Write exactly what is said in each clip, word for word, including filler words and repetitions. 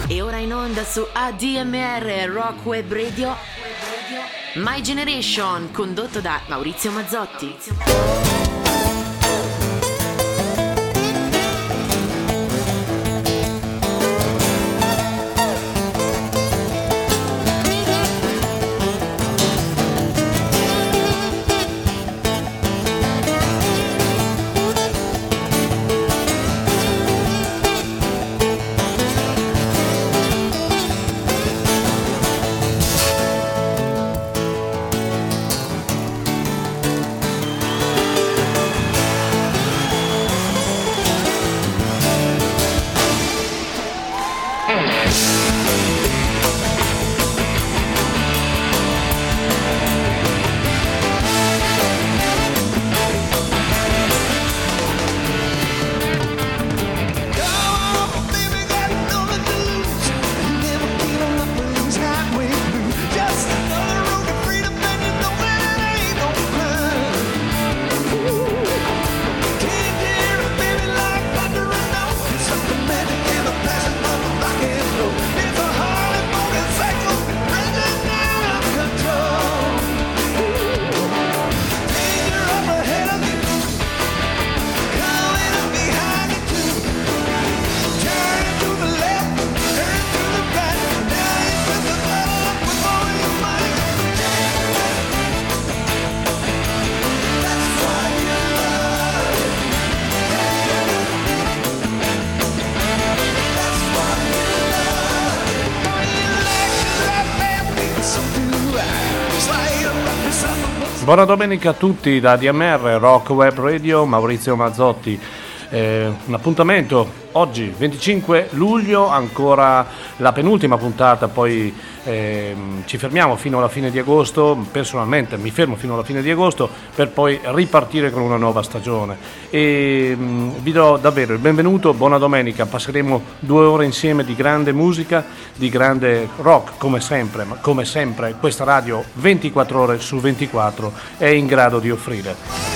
E ora in onda su A D M R Rock Web Radio My Generation, condotto da Maurizio Mazzotti. Buona domenica a tutti da A D M R Rock Web Radio, Maurizio Mazzotti. Eh, un appuntamento oggi venticinque luglio, ancora la penultima puntata, poi eh, ci fermiamo fino alla fine di agosto. Personalmente mi fermo fino alla fine di agosto per poi ripartire con una nuova stagione e mh, vi do davvero il benvenuto, buona domenica. Passeremo due ore insieme di grande musica, di grande rock, come sempre, ma come sempre questa radio ventiquattro ore su ventiquattro è in grado di offrire.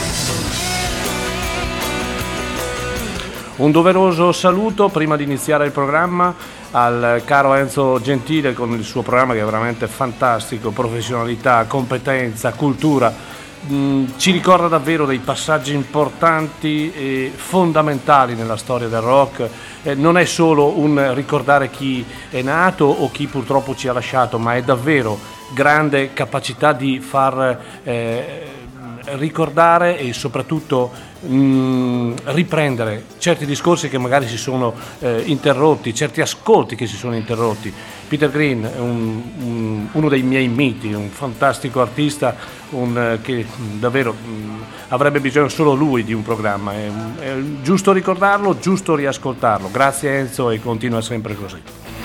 Un doveroso saluto prima di iniziare il programma al caro Enzo Gentile con il suo programma che è veramente fantastico, professionalità, competenza, cultura, mm, ci ricorda davvero dei passaggi importanti e fondamentali nella storia del rock. Eh, non è solo un ricordare chi è nato o chi purtroppo ci ha lasciato, ma è davvero grande capacità di far eh, ricordare e soprattutto mh, riprendere certi discorsi che magari si sono eh, interrotti, certi ascolti che si sono interrotti. Peter Green è un, un, uno dei miei miti, un fantastico artista, un, che davvero mh, avrebbe bisogno solo lui di un programma. È, è giusto ricordarlo, giusto riascoltarlo. Grazie Enzo e continua sempre così.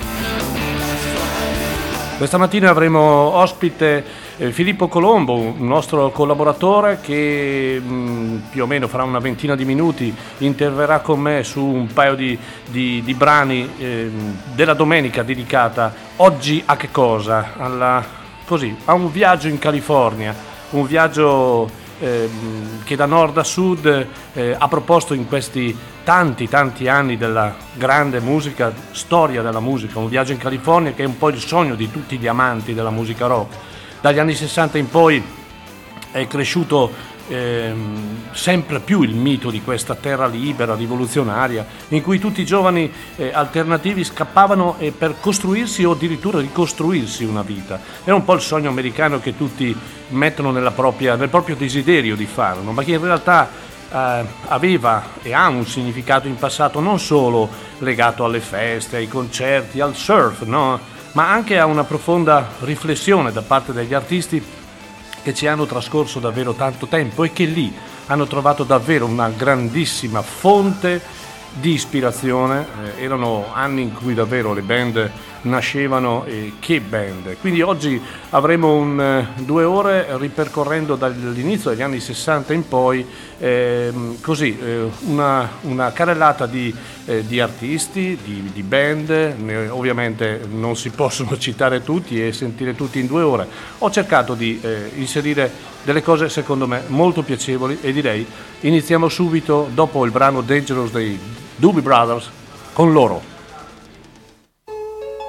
Questa mattina avremo ospite eh, Filippo Colombo, un nostro collaboratore che mh, più o meno fra una ventina di minuti interverrà con me su un paio di, di, di brani eh, della domenica dedicata oggi a che cosa? Alla, così, a un viaggio in California, un viaggio eh, che da nord a sud eh, ha proposto in questi tanti tanti anni della grande musica, storia della musica, un viaggio in California che è un po' il sogno di tutti gli amanti della musica rock. Dagli anni sessanta in poi è cresciuto ehm, sempre più il mito di questa terra libera, rivoluzionaria, in cui tutti i giovani eh, alternativi scappavano eh, per costruirsi o addirittura ricostruirsi una vita. È un po' il sogno americano che tutti mettono nella propria, nel proprio desiderio di farlo, ma che in realtà Uh, aveva e ha un significato in passato non solo legato alle feste, ai concerti, al surf, no? Ma anche a una profonda riflessione da parte degli artisti che ci hanno trascorso davvero tanto tempo e che lì hanno trovato davvero una grandissima fonte di ispirazione. Eh, erano anni in cui davvero le band nascevano e che band. Quindi oggi avremo un, eh, due ore ripercorrendo dall'inizio degli anni sessanta in poi eh, così eh, una, una carrellata di, eh, di artisti, di, di band. Ne, ovviamente non si possono citare tutti e sentire tutti in due ore. Ho cercato di eh, inserire delle cose secondo me molto piacevoli e direi iniziamo subito dopo il brano Dangerous dei Doobie Brothers con loro.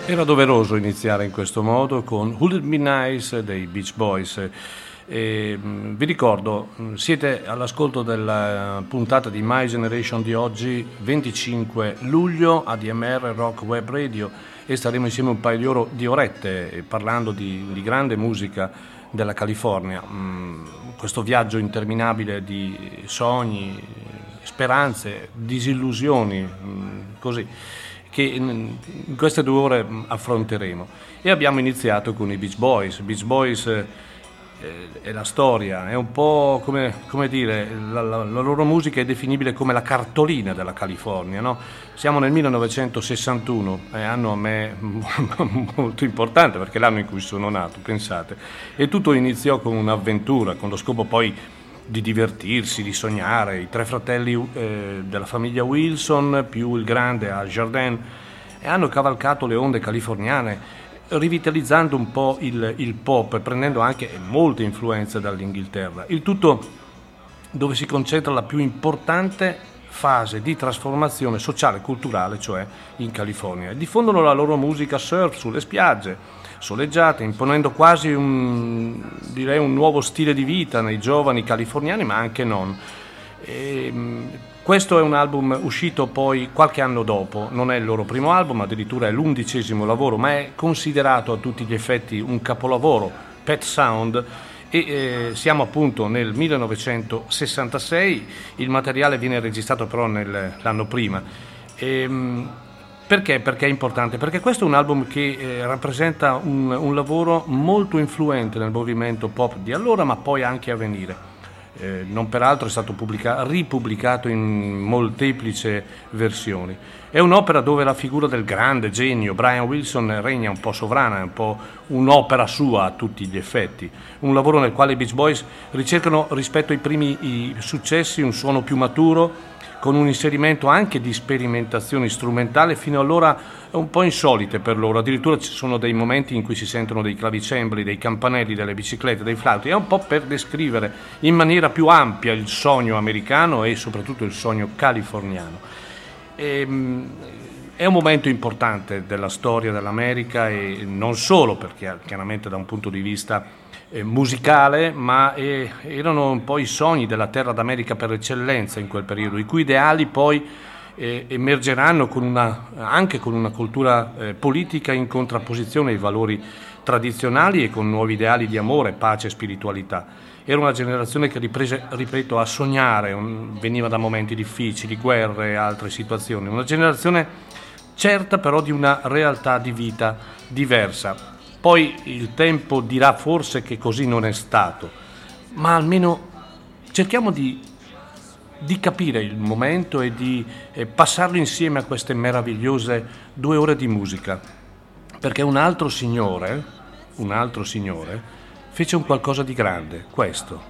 Era doveroso iniziare in questo modo con Would It Be Nice dei Beach Boys. E, vi ricordo, siete all'ascolto della puntata di My Generation di oggi, venticinque luglio, A D M R Rock Web Radio, e staremo insieme un paio di, ore, di orette parlando di, di grande musica della California. Questo viaggio interminabile di sogni, speranze, disillusioni, così, che in queste due ore affronteremo. E abbiamo iniziato con i Beach Boys. Beach Boys eh, è la storia, è un po' come, come dire, la, la, la loro musica è definibile come la cartolina della California, no? Siamo nel millenovecentosessantuno, è anno a me molto importante perché è l'anno in cui sono nato, pensate. E tutto iniziò con un'avventura, con lo scopo poi di divertirsi, di sognare. I tre fratelli eh, della famiglia Wilson più il grande Al Jardin e hanno cavalcato le onde californiane, rivitalizzando un po' il, il pop, prendendo anche molte influenze dall'Inghilterra. Il tutto dove si concentra la più importante fase di trasformazione sociale e culturale, cioè in California. Diffondono la loro musica surf sulle spiagge soleggiate, imponendo quasi un, direi un nuovo stile di vita nei giovani californiani, ma anche non. E, questo è un album uscito poi qualche anno dopo, non è il loro primo album, addirittura è l'undicesimo lavoro, ma è considerato a tutti gli effetti un capolavoro, Pet Sound, e eh, siamo appunto nel millenovecentosessantasei, il materiale viene registrato però nel, l'anno prima. E, Perché? Perché è importante? Perché questo è un album che eh, rappresenta un, un lavoro molto influente nel movimento pop di allora, ma poi anche a venire. Eh, non peraltro è stato pubblica- ripubblicato in molteplici versioni. È un'opera dove la figura del grande genio Brian Wilson regna un po' sovrana, è un po' un'opera sua a tutti gli effetti. Un lavoro nel quale i Beach Boys ricercano rispetto ai primi i successi un suono più maturo, con un inserimento anche di sperimentazioni strumentali fino allora un po' insolite per loro. Addirittura ci sono dei momenti in cui si sentono dei clavicembali, dei campanelli, delle biciclette, dei flauti. È un po' per descrivere in maniera più ampia il sogno americano e soprattutto il sogno californiano. E, è un momento importante della storia dell'America, e non solo perché chiaramente da un punto di vista Eh, musicale, ma eh, erano un po' i sogni della terra d'America per eccellenza in quel periodo, i cui ideali poi eh, emergeranno con una, anche con una cultura eh, politica in contrapposizione ai valori tradizionali e con nuovi ideali di amore, pace e spiritualità. Era una generazione che riprese, ripeto, a sognare, un, veniva da momenti difficili, guerre e altre situazioni, una generazione certa però di una realtà di vita diversa. Poi il tempo dirà forse che così non è stato, ma almeno cerchiamo di, di capire il momento e di eh, passarlo insieme a queste meravigliose due ore di musica, perché un altro signore, un altro signore fece un qualcosa di grande, questo.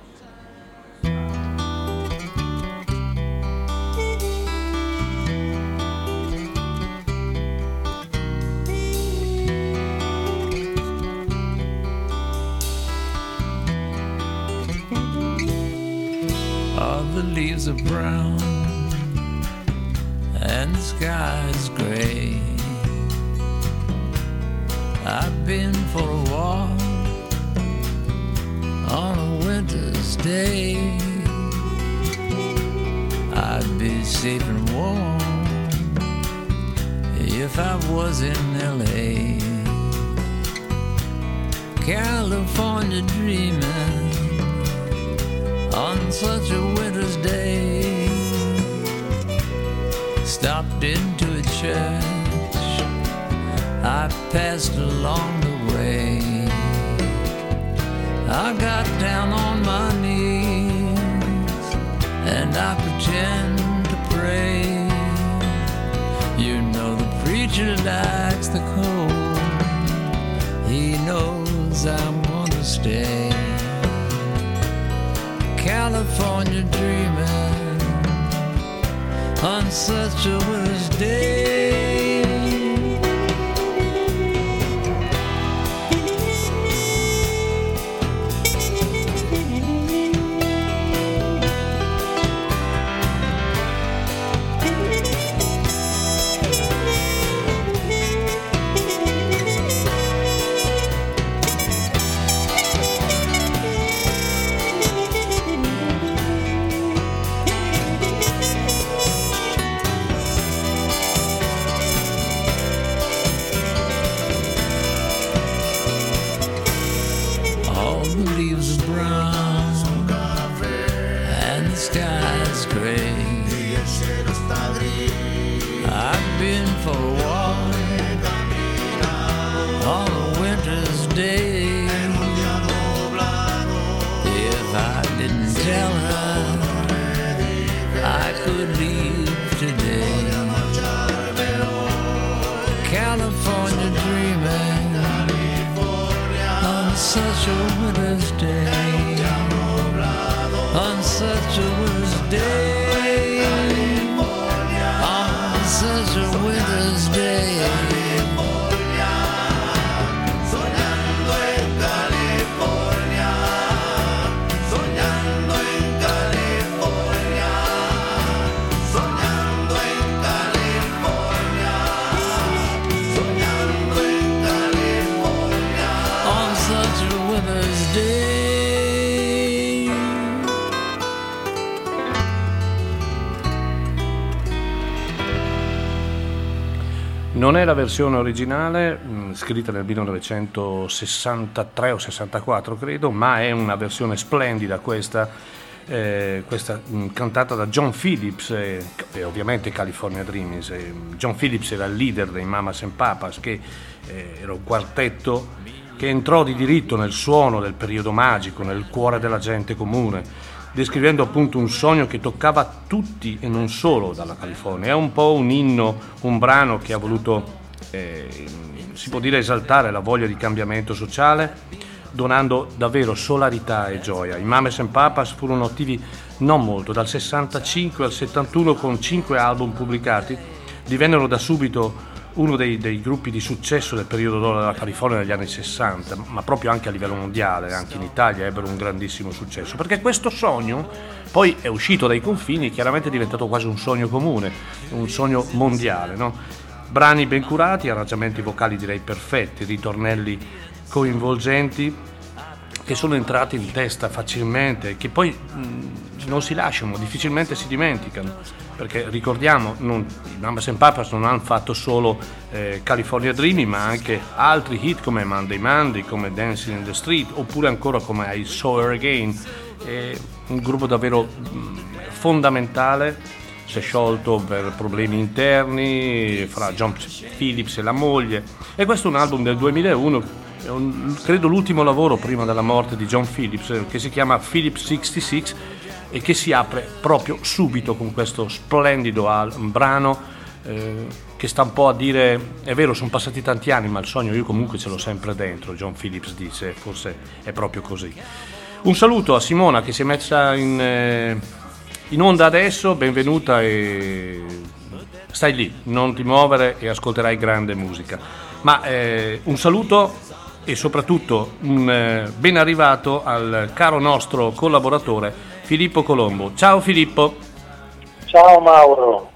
The leaves are brown and the sky is gray. I've been for a walk on a winter's day. I'd be safe and warm if I was in L A. California dreaming on such a winter's day. Stopped into a church I passed along the way. I got down on my knees and I pretend to pray. You know the preacher likes the cold, he knows I'm gonna stay. California dreaming on such a winter's day. been for a walk on a winter's day. If I didn't tell her I could leave today. California dreaming on such a winter's day. On such a winter's day. On such a winter's day. Non è la versione originale, mh, scritta nel millenovecentosessantatré o sessantaquattro credo, ma è una versione splendida questa, eh, questa mh, cantata da John Phillips e, e ovviamente California Dreaming. E John Phillips era il leader dei Mamas and Papas, che eh, era un quartetto che entrò di diritto nel suono del periodo magico, nel cuore della gente comune, descrivendo appunto un sogno che toccava tutti e non solo dalla California. È un po' un inno, un brano che ha voluto, eh, si può dire, esaltare la voglia di cambiamento sociale, donando davvero solarità e gioia. I Mamas and Papas furono attivi non molto, dal sessantacinque al settantuno con cinque album pubblicati, divennero da subito uno dei, dei gruppi di successo del periodo d'oro della California negli anni sessanta, ma proprio anche a livello mondiale, anche in Italia ebbero un grandissimo successo, perché questo sogno poi è uscito dai confini, chiaramente è diventato quasi un sogno comune, un sogno mondiale, no? Brani ben curati, arrangiamenti vocali direi perfetti, ritornelli coinvolgenti che sono entrati in testa facilmente, che poi mh, non si lasciano, difficilmente si dimenticano. Perché ricordiamo, non, i Mamas and Papas non hanno fatto solo eh, California Dreaming, ma anche altri hit come Monday Monday, come Dancing in the Street, oppure ancora come I Saw Her Again. È un gruppo davvero mh, fondamentale, si è sciolto per problemi interni fra John Phillips e la moglie. E questo è un album del duemilauno, è un, credo l'ultimo lavoro prima della morte di John Phillips, che si chiama Phillips sessantasei, e che si apre proprio subito con questo splendido al- brano eh, che sta un po' a dire, è vero, sono passati tanti anni, ma il sogno io comunque ce l'ho sempre dentro. John Phillips dice, forse è proprio così. Un saluto a Simona che si è messa in, eh, in onda adesso, benvenuta, e stai lì, non ti muovere e ascolterai grande musica. Ma eh, un saluto e soprattutto un eh, ben arrivato al caro nostro collaboratore Filippo Colombo. Ciao Filippo. Ciao Mauro.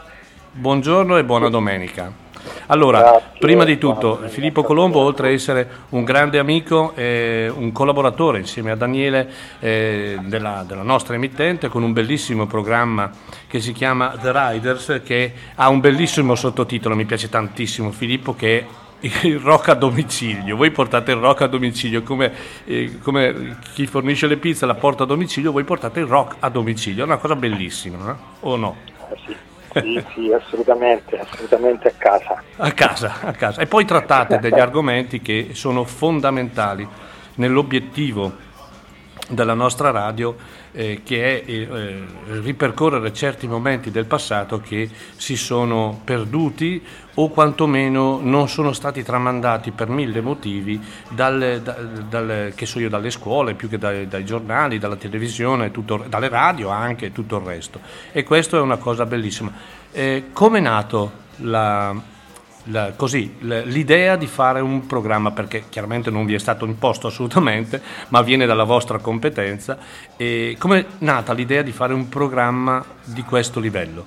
Buongiorno e buona domenica. Allora, Grazie, prima di tutto, buona Filippo Colombo, oltre ad essere un grande amico, è un collaboratore insieme a Daniele eh, della, della nostra emittente, con un bellissimo programma che si chiama The Riders, che ha un bellissimo sottotitolo, mi piace tantissimo Filippo, che è il rock a domicilio. Voi portate il rock a domicilio, come, eh, come chi fornisce le pizze la porta a domicilio, voi portate il rock a domicilio, è una cosa bellissima, eh? O no? Eh sì, sì, sì, assolutamente, assolutamente a casa. A casa, a casa. E poi trattate degli argomenti che sono fondamentali nell'obiettivo della nostra radio, eh, che è eh, ripercorrere certi momenti del passato che si sono perduti o quantomeno non sono stati tramandati per mille motivi dal, dal, dal, che so io, dalle scuole, più che dai, dai giornali, dalla televisione, tutto, dalle radio anche, e tutto il resto. E questo è una cosa bellissima. Eh, come è nato la... La, così, l'idea di fare un programma, perché chiaramente non vi è stato imposto assolutamente, ma viene dalla vostra competenza, e come è nata l'idea di fare un programma di questo livello?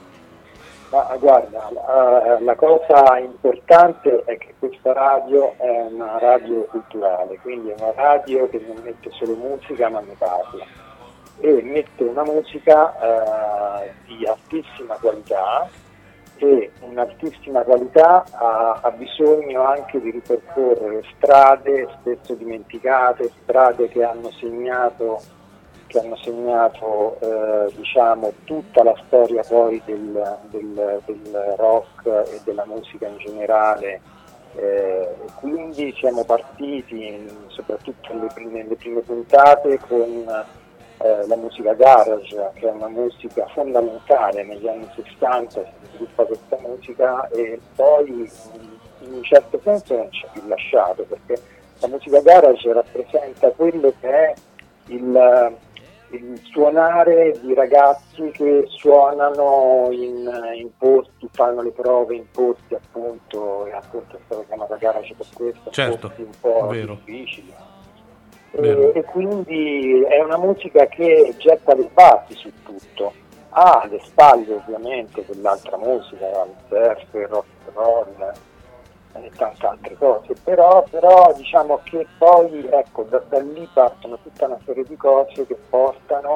Ma guarda, la, la cosa importante è che questa radio è una radio culturale, quindi è una radio che non mette solo musica ma ne parla, e mette una musica eh, di altissima qualità, e un'altissima qualità ha, ha bisogno anche di ripercorrere strade spesso dimenticate, strade che hanno segnato che hanno segnato eh, diciamo tutta la storia poi del, del, del rock e della musica in generale. Eh, quindi siamo partiti soprattutto nelle prime, nelle prime puntate con eh, la musica garage, che è una musica fondamentale. Negli anni sessanta si sviluppa questa musica e poi in un certo senso non ci ha più lasciato, perché la musica garage rappresenta quello che è il, il suonare di ragazzi che suonano in, in posti, fanno le prove in posti appunto, e appunto è stata chiamata garage per questo, certo, posti un po' vero. difficili. E, e quindi è una musica che getta le basi su tutto, ha alle spalle ovviamente dell'altra musica, il surf, il rock and roll e tante altre cose, però, però diciamo che poi ecco da, da lì partono tutta una serie di cose che portano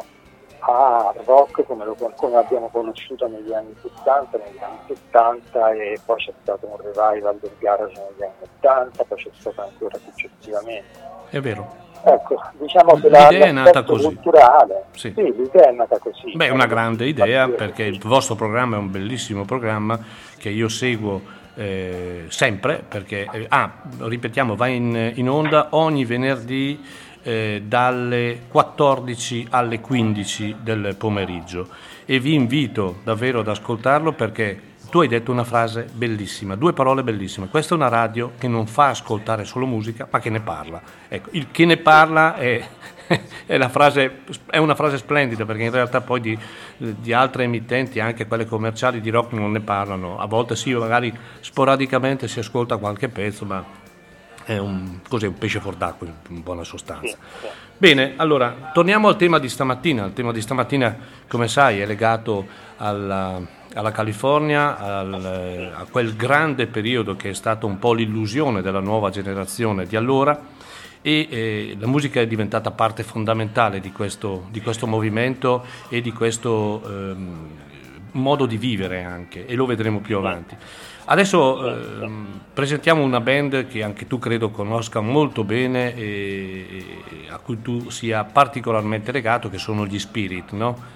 a rock come lo come abbiamo conosciuto negli anni sessanta, negli anni settanta, e poi c'è stato un revival del garage negli anni ottanta, poi c'è stato ancora successivamente. È vero. Ecco, diciamo che l'idea la, è nata così. Culturale, sì. sì, l'idea è nata così. Beh, è una grande idea, perché il vostro programma è un bellissimo programma che io seguo eh, sempre, perché, eh, ah, ripetiamo, va in, in onda ogni venerdì eh, dalle quattordici alle quindici del pomeriggio, e vi invito davvero ad ascoltarlo, perché tu hai detto una frase bellissima, due parole bellissime. Questa è una radio che non fa ascoltare solo musica, ma che ne parla. Ecco, il che ne parla è, è, la frase, è una frase splendida, perché in realtà poi di, di altre emittenti, anche quelle commerciali di rock, non ne parlano. A volte sì, magari sporadicamente si ascolta qualche pezzo, ma è un, cos'è, un pesce fuor d'acqua in buona sostanza. Sì, sì. Bene, allora, torniamo al tema di stamattina. Il tema di stamattina, come sai, è legato alla... alla California, al, a quel grande periodo che è stato un po' l'illusione della nuova generazione di allora, e eh, la musica è diventata parte fondamentale di questo, di questo movimento e di questo ehm, modo di vivere anche, e lo vedremo più avanti. Adesso ehm, presentiamo una band che anche tu credo conosca molto bene e, e a cui tu sia particolarmente legato, che sono gli Spirit, no?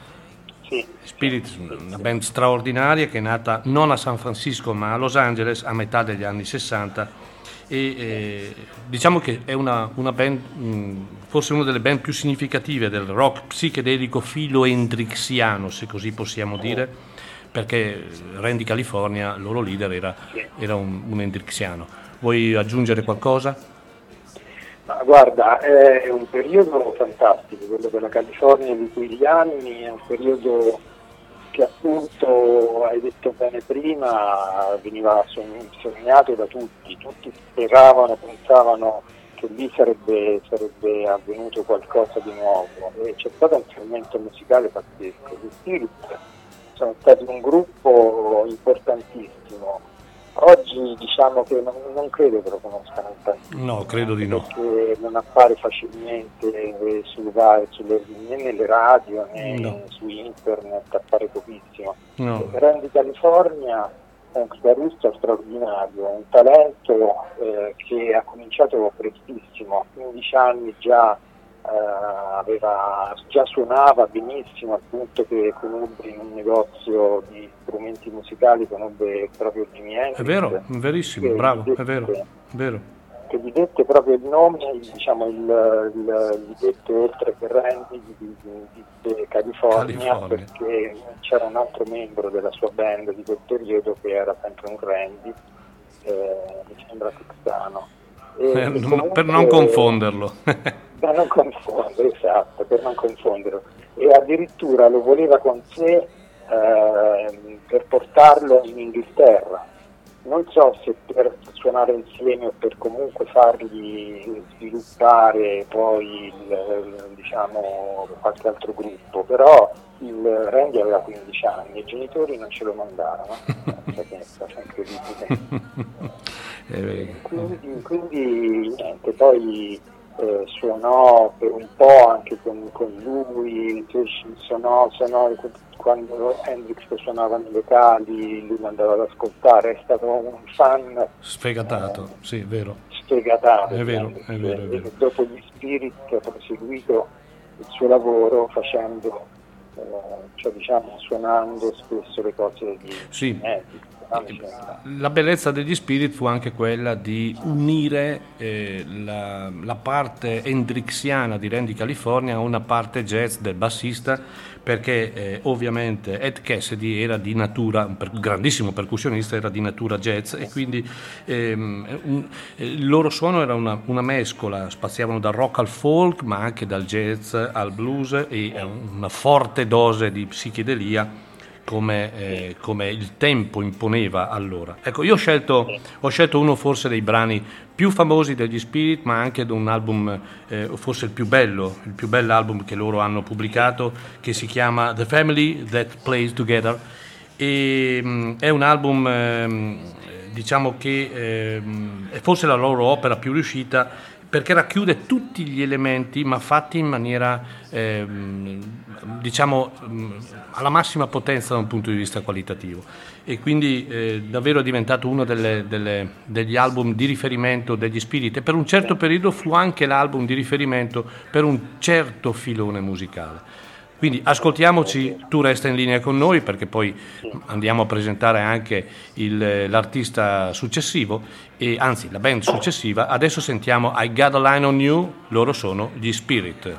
Spirit, una band straordinaria che è nata non a San Francisco ma a Los Angeles a metà degli anni sessanta, e eh, diciamo che è una, una band, mh, forse una delle band più significative del rock psichedelico filo hendrixiano, se così possiamo dire, perché Randy California, il loro leader, era, era un, un hendrixiano. Vuoi aggiungere qualcosa? Ma guarda, è un periodo fantastico quello della California di quegli anni, è un periodo che appunto, hai detto bene prima, veniva sognato da tutti, tutti speravano, pensavano che lì sarebbe, sarebbe avvenuto qualcosa di nuovo, e c'è stato un fermento musicale pazzesco. Gli Spirit sono stati un gruppo importantissimo. Oggi diciamo che non, non credo che lo conoscano tantissimo. No, credo di no. Perché non appare facilmente su, sulle, né nelle radio né no. su internet, appare pochissimo. No. Randy California è un chitarrista straordinario, un talento eh, che ha cominciato prestissimo, a quindici anni già. Uh, aveva, già suonava benissimo, al punto che conobbe in un negozio di strumenti musicali, conobbe proprio Jimi Hendrix. È vero, verissimo, bravo, dette, è vero, è vero. Che gli dette proprio il nome, diciamo il, il, gli dette oltre che Randy, di, di, di California, California, perché c'era un altro membro della sua band di quel periodo che era sempre un Randy, eh, mi sembra texano. E, eh, e comunque, per non confonderlo. Per non confondere, esatto, per non confonderlo. E addirittura lo voleva con sé eh, per portarlo in Inghilterra. Non so se per suonare insieme o per comunque fargli sviluppare poi il, diciamo qualche altro gruppo, però il Randy aveva quindici anni e i genitori non ce lo mandarono. Incredibile. quindi, quindi niente, poi Eh, suonò per un po' anche con, con lui, suonò, suonò quando Hendrix suonava nei locali, lui andava ad ascoltare, è stato un fan sfegatato, eh, sì, è vero. Sfegatato, è vero, è vero, è vero. Dopo gli Spirit ha proseguito il suo lavoro facendo, eh, cioè diciamo suonando spesso le cose di sì. Cinetics. La bellezza degli Spirit fu anche quella di unire eh, la, la parte hendrixiana di Randy California a una parte jazz del bassista, perché eh, ovviamente Ed Cassidy era di natura, un per, grandissimo percussionista, era di natura jazz, e quindi ehm, un, il loro suono era una, una mescola, spaziavano dal rock al folk ma anche dal jazz al blues, e una forte dose di psichedelia come, eh, come il tempo imponeva allora. Ecco, io ho scelto, ho scelto uno forse dei brani più famosi degli Spirit, ma anche da un album, eh, forse il più bello, il più bell'album che loro hanno pubblicato, che si chiama The Family That Plays Together, e mh, è un album, eh, diciamo che eh, è forse la loro opera più riuscita, perché racchiude tutti gli elementi ma fatti in maniera eh, diciamo alla massima potenza da un punto di vista qualitativo, e quindi eh, davvero è diventato uno delle, delle, degli album di riferimento degli Spirit, e per un certo periodo fu anche l'album di riferimento per un certo filone musicale. Quindi ascoltiamoci Tu resta in linea con noi, perché poi andiamo a presentare anche il, l'artista successivo, e anzi la band successiva. Adesso sentiamo I Got a Line on You, loro sono gli Spirit.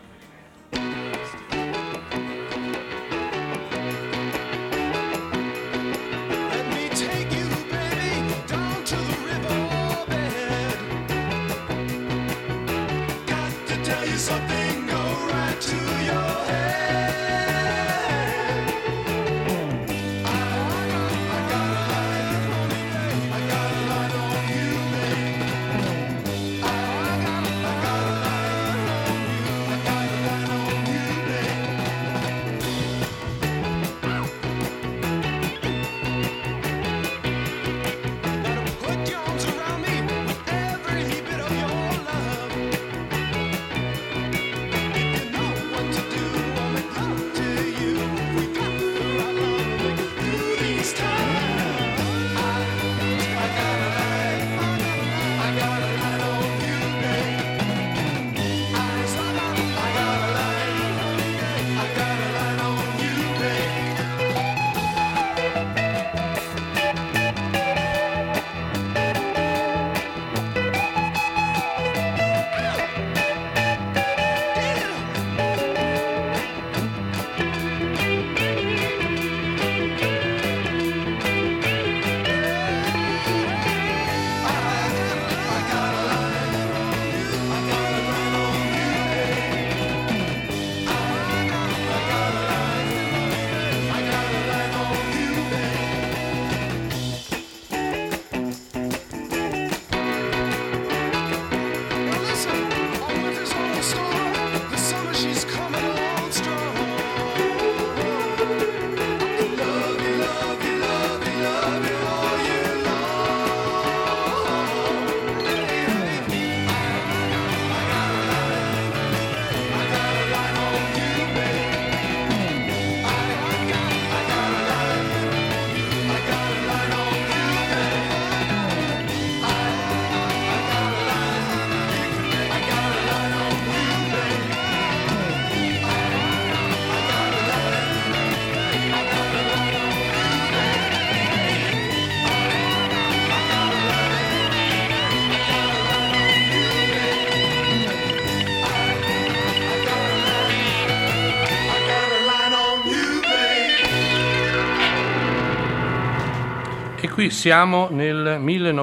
Qui siamo nel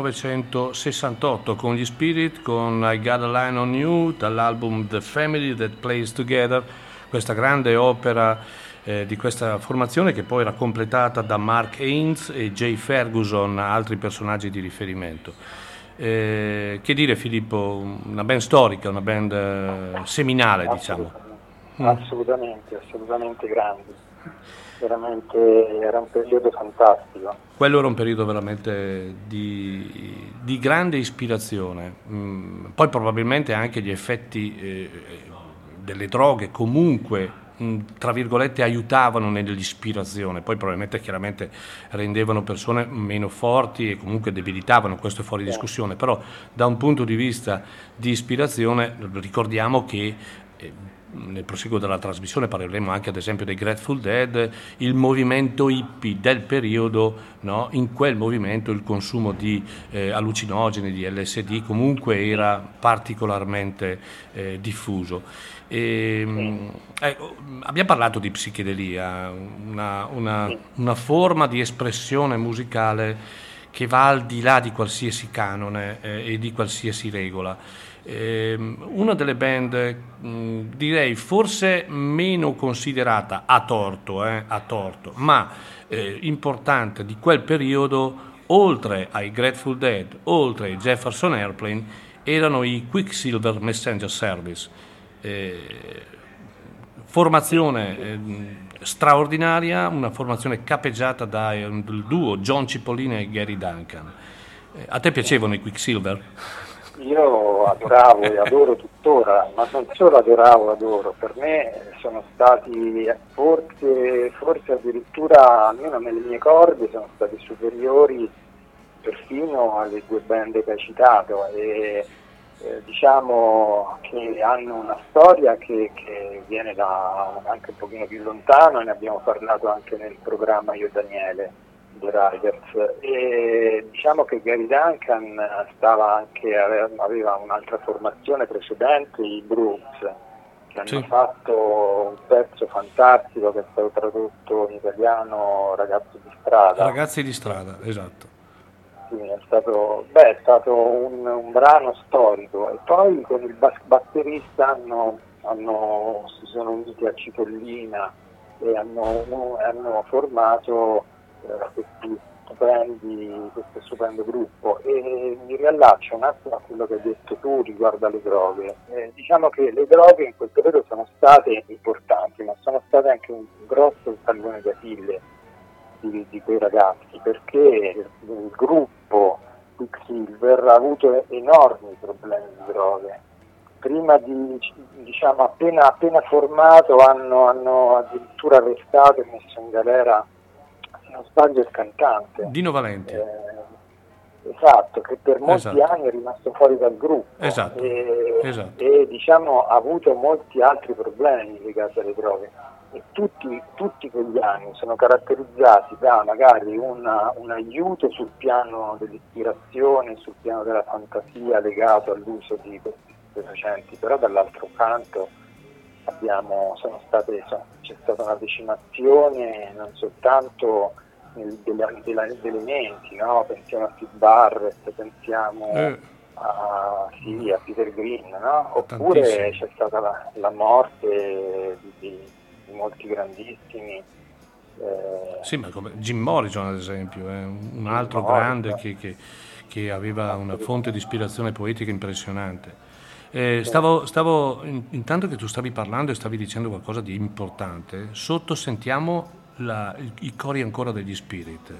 millenovecentosessantotto con gli Spirit, con I Got a Line on You, dall'album The Family That Plays Together, questa grande opera eh, di questa formazione, che poi era completata da Mark Haynes e Jay Ferguson, altri personaggi di riferimento. Eh, che dire, Filippo, una band storica, una band eh, seminale, diciamo. Assolutamente, assolutamente grande. Veramente era un periodo fantastico. Quello era un periodo veramente di, di grande ispirazione. Mm, poi probabilmente anche gli effetti eh, delle droghe comunque, mh, tra virgolette, aiutavano nell'ispirazione. Poi probabilmente chiaramente rendevano persone meno forti e comunque debilitavano, questo è fuori discussione. Però da un punto di vista di ispirazione ricordiamo che eh, nel proseguo della trasmissione parleremo anche ad esempio dei Grateful Dead, il movimento hippie del periodo, no? In quel movimento il consumo di eh, allucinogeni, di L S D comunque era particolarmente eh, diffuso. E, eh, abbiamo parlato di psichedelia, una, una, una forma di espressione musicale che va al di là di qualsiasi canone eh, e di qualsiasi regola. Eh, una delle band, mh, direi forse meno considerata a torto, eh, a torto, ma eh, importante di quel periodo, oltre ai Grateful Dead, oltre ai Jefferson Airplane, erano i Quicksilver Messenger Service. Eh, formazione eh, straordinaria, una formazione capeggiata dal duo John Cipollina e Gary Duncan. Eh, a te piacevano i Quicksilver? Io adoravo e adoro tuttora, ma non solo adoravo, adoro, per me sono stati forse, forse addirittura, almeno nelle mie corde, sono stati superiori perfino alle due band che hai citato, e eh, diciamo che hanno una storia che, che viene da anche un pochino più lontano, e ne abbiamo parlato anche nel programma io e Daniele, The Riders, e diciamo che Gary Duncan stava anche, aveva un'altra formazione precedente, i Brooks, che hanno sì. fatto un pezzo fantastico che è stato tradotto in italiano, Ragazzi di strada. Ragazzi di strada, esatto. Sì, è stato, beh, è stato un, un brano storico, e poi con il bas- batterista hanno, hanno, si sono uniti a Cipollina e hanno, hanno formato eh, questi stupendi, questo stupendo gruppo. E mi riallaccio un attimo a quello che hai detto tu riguardo alle droghe. Eh, diciamo che le droghe in quel periodo sono state importanti, ma sono state anche un grosso tallone d'Achille Di, di quei ragazzi, perché il gruppo Quicksilver ha avuto enormi problemi di droghe. Prima di, diciamo, appena, appena formato hanno, hanno addirittura arrestato e messo in galera, se non sbaglio, il cantante Dino Valenti. Eh, esatto, che per molti esatto. anni è rimasto fuori dal gruppo. Esatto. E, esatto. e diciamo ha avuto molti altri problemi legati alle droghe. E tutti, tutti quegli anni sono caratterizzati da magari una, un aiuto sul piano dell'ispirazione, sul piano della fantasia legato all'uso di questi stupefacenti, però dall'altro canto abbiamo, sono state, sono, c'è stata una decimazione non soltanto nel, delle, della, degli elementi, no? Pensiamo a Syd Barrett, pensiamo eh. a, sì, a Peter Green, no? Oppure Tantissimo. C'è stata la, la morte di, di molti grandissimi, eh, sì, ma come Jim Morrison ad esempio è un altro Morrison. grande che, che, che aveva una fonte di ispirazione poetica impressionante. Eh, stavo, stavo in, intanto che tu stavi parlando e stavi dicendo qualcosa di importante, sotto sentiamo la, i, i cori ancora degli Spirit.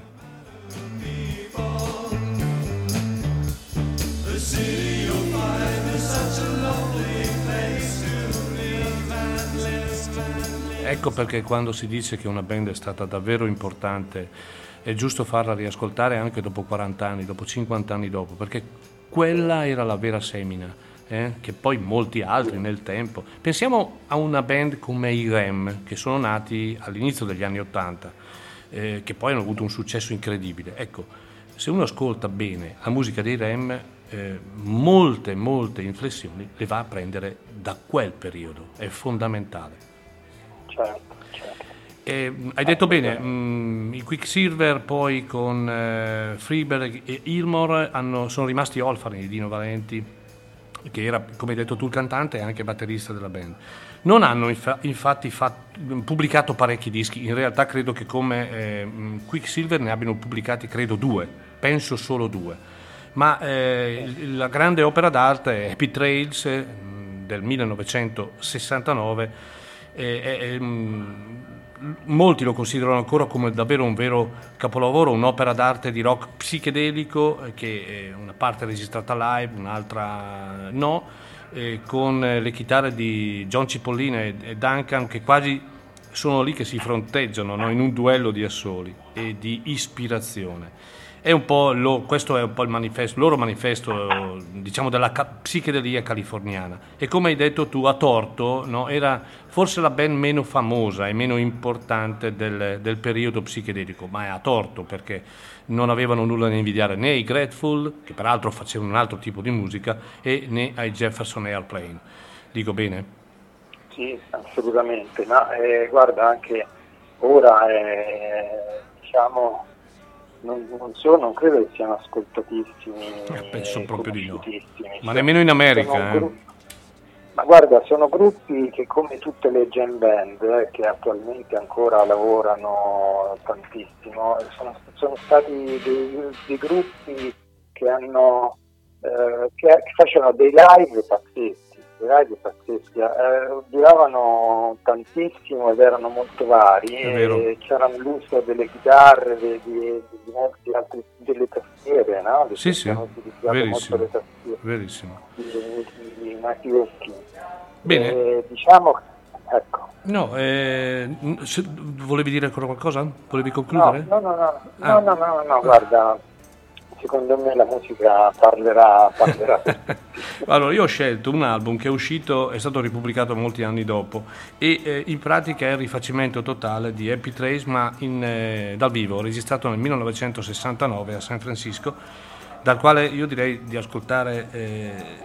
Ecco perché quando si dice che una band è stata davvero importante è giusto farla riascoltare anche dopo quaranta anni, dopo cinquanta anni dopo, perché quella era la vera semina, eh? Che poi molti altri nel tempo. Pensiamo a una band come i R E M, che sono nati all'inizio degli anni Ottanta, eh, che poi hanno avuto un successo incredibile. Ecco, se uno ascolta bene la musica dei R E M, eh, molte, molte inflessioni le va a prendere da quel periodo, è fondamentale. Certo, certo. Eh, hai detto bene, mh, i Quicksilver poi con eh, Freeberg e Gilmour hanno, sono rimasti orfani di Dino Valenti, che era, come hai detto tu, il cantante e anche batterista della band. Non hanno infa- infatti fatto, pubblicato parecchi dischi, in realtà credo che come eh, Quicksilver ne abbiano pubblicati credo due, penso solo due, ma eh, la grande opera d'arte è Happy Trails eh, del millenovecentosessantanove. E, e, e, molti lo considerano ancora come davvero un vero capolavoro, un'opera d'arte di rock psichedelico, che è una parte registrata live, un'altra no, eh, con le chitarre di John Cipollina e, e Duncan, che quasi sono lì che si fronteggiano, no? In un duello di assoli e di ispirazione. È un po' lo, questo è un po' il manifesto, loro manifesto, diciamo, della ca- psichedelia californiana. E come hai detto tu, a torto, no, era forse la band meno famosa e meno importante del, del periodo psichedelico, ma è a torto perché non avevano nulla da invidiare né ai Grateful, che peraltro facevano un altro tipo di musica, e né ai Jefferson Airplane. Dico bene? Sì, assolutamente, ma eh, guarda, anche ora eh, diciamo non, non so, non credo che siano ascoltatissimi, Eh, penso proprio di no. conosciutissimi. Ma nemmeno in America, Sono eh. gruppi- ma guarda, sono gruppi che, come tutte le jam band, eh, che attualmente ancora lavorano tantissimo, sono, sono stati dei, dei gruppi che hanno eh, che, che facevano dei live pazzeschi, dei live pazzeschi, eh, duravano tantissimo ed erano molto vari, È vero. e c'erano l'uso delle chitarre, di, di, di molti altri, delle tastiere, no? Perché Sì, sì, hanno utilizzato verissimo, molto le tastiere verissimo. di, di, di Mattiocchi. Bene. Eh, diciamo, ecco. No, eh, se- volevi dire ancora qualcosa? Volevi No, concludere? no, no, no, Ah. no, no, no, no, guarda, secondo me la musica parlerà, parlerà per tutti. Allora, io ho scelto un album che è uscito, è stato ripubblicato molti anni dopo e eh, in pratica è il rifacimento totale di Happy Trace, ma in, eh, dal vivo, registrato nel millenovecentosessantanove a San Francisco, dal quale io direi di ascoltare. eh,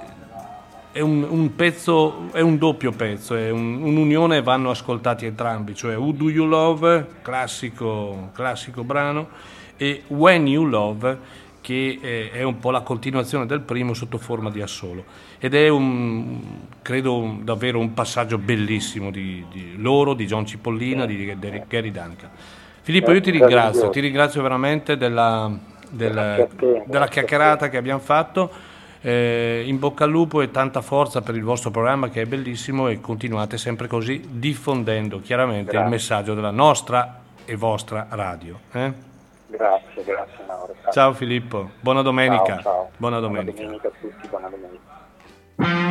È un, un pezzo, è un doppio pezzo, è un- un'unione, vanno ascoltati entrambi, cioè Who Do You Love, classico, classico brano, e When You Love, che eh, è un po' la continuazione del primo sotto forma di assolo. Ed è un, credo, un- davvero un passaggio bellissimo di, di loro, di John Cipollina, di, di Gary Duncan. Filippo, io ti ringrazio, ti ringrazio veramente della, del- Grazie a te, della grazie a chiacchierata te. che abbiamo fatto. Eh, in bocca al lupo e tanta forza per il vostro programma che è bellissimo, e continuate sempre così diffondendo chiaramente Grazie. il messaggio della nostra e vostra radio. eh? Grazie, grazie Mauro. Grazie. Ciao Filippo, buona domenica. Ciao, ciao. Buona Buona domenica. domenica a tutti, buona domenica.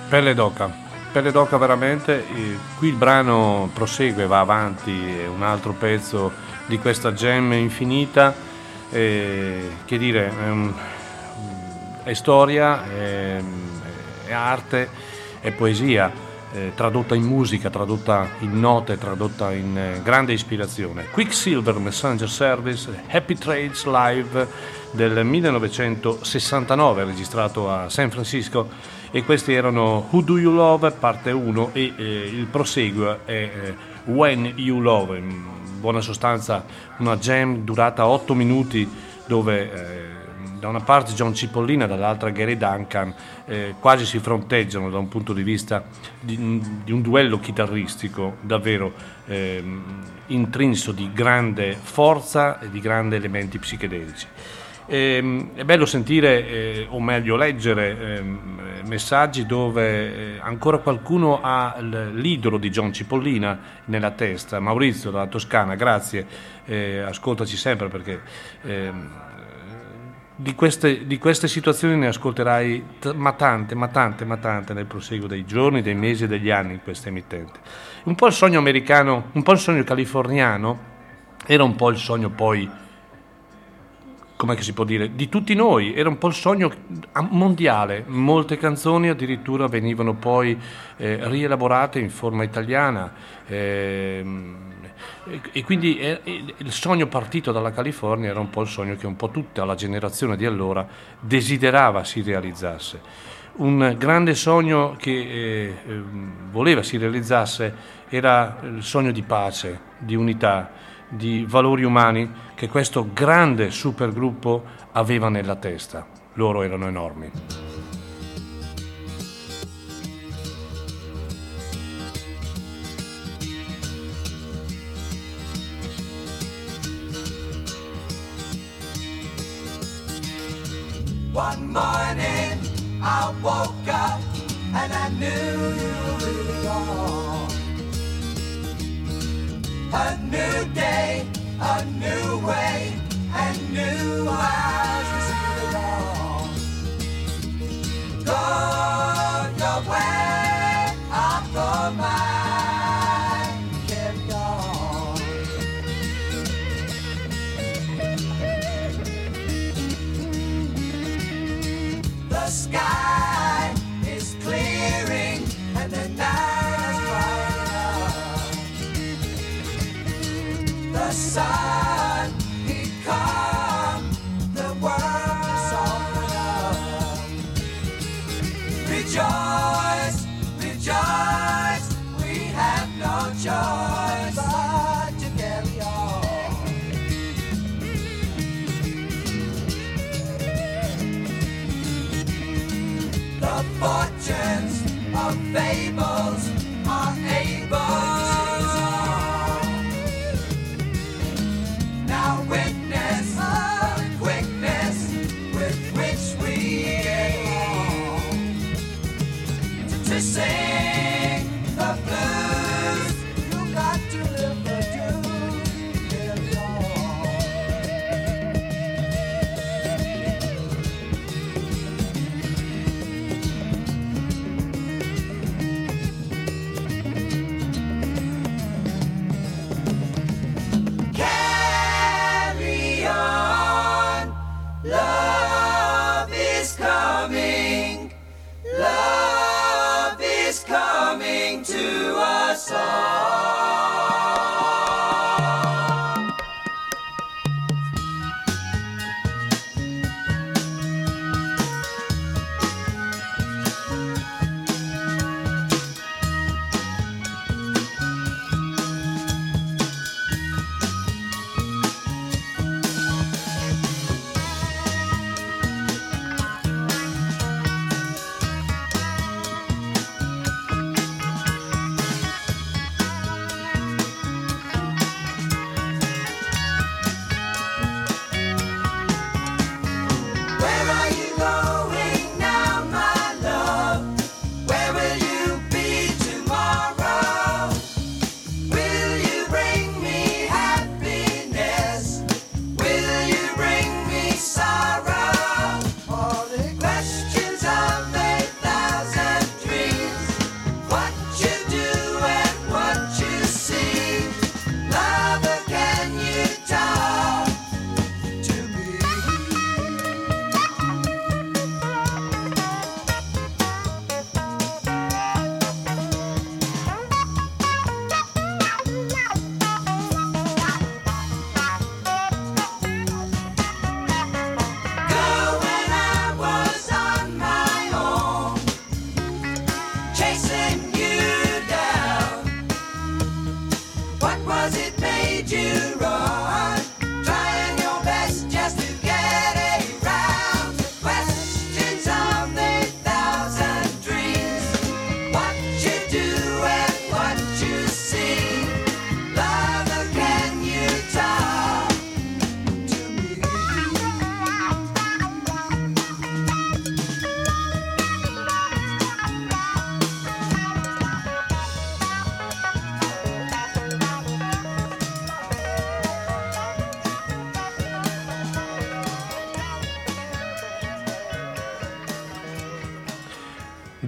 Pelle d'oca, pelle d'oca veramente. E qui il brano prosegue, va avanti, è un altro pezzo di questa jam infinita. E, che dire, è, un, è storia, è, è arte, è poesia. Eh, tradotta in musica, tradotta in note, tradotta in eh, grande ispirazione. Quicksilver Messenger Service, Happy Trades Live del millenovecentosessantanove, registrato a San Francisco, e questi erano Who Do You Love parte uno e eh, il proseguo è eh, When You Love, in buona sostanza una jam durata otto minuti dove eh, da una parte John Cipollina, dall'altra Gary Duncan, eh, quasi si fronteggiano da un punto di vista di, di un duello chitarristico davvero eh, intrinso di grande forza e di grandi elementi psichedelici. E, è bello sentire, eh, o meglio leggere, eh, messaggi dove eh, ancora qualcuno ha l'idolo di John Cipollina nella testa. Maurizio dalla Toscana, grazie, eh, ascoltaci sempre perché... Eh, Di queste, di queste situazioni ne ascolterai t- ma tante, ma tante, ma tante nel proseguo dei giorni, dei mesi e degli anni in questa emittente. Un po' il sogno americano, un po' il sogno californiano, era un po' il sogno poi, com'è che si può dire, di tutti noi, era un po' il sogno mondiale. Molte canzoni addirittura venivano poi eh, rielaborate in forma italiana. Eh, E quindi il sogno partito dalla California era un po' il sogno che un po' tutta la generazione di allora desiderava si realizzasse. Un grande sogno che eh, voleva si realizzasse era il sogno di pace, di unità, di valori umani che questo grande supergruppo aveva nella testa. Loro erano enormi. One morning I woke up and I knew you were gone. A new day, a new way, and new eyes to see the dawn. Go your way, I'll go mine, carry on. The sky is clearing and the night is bright. The sun, he come, the world is soften up. Rejoice, rejoice, we have no choice but to carry on. The fortunes of fables are able to now witness the quickness with which we get along. To sing the blues, you got to live the truth. Carry on. Love is coming, love is coming to us all.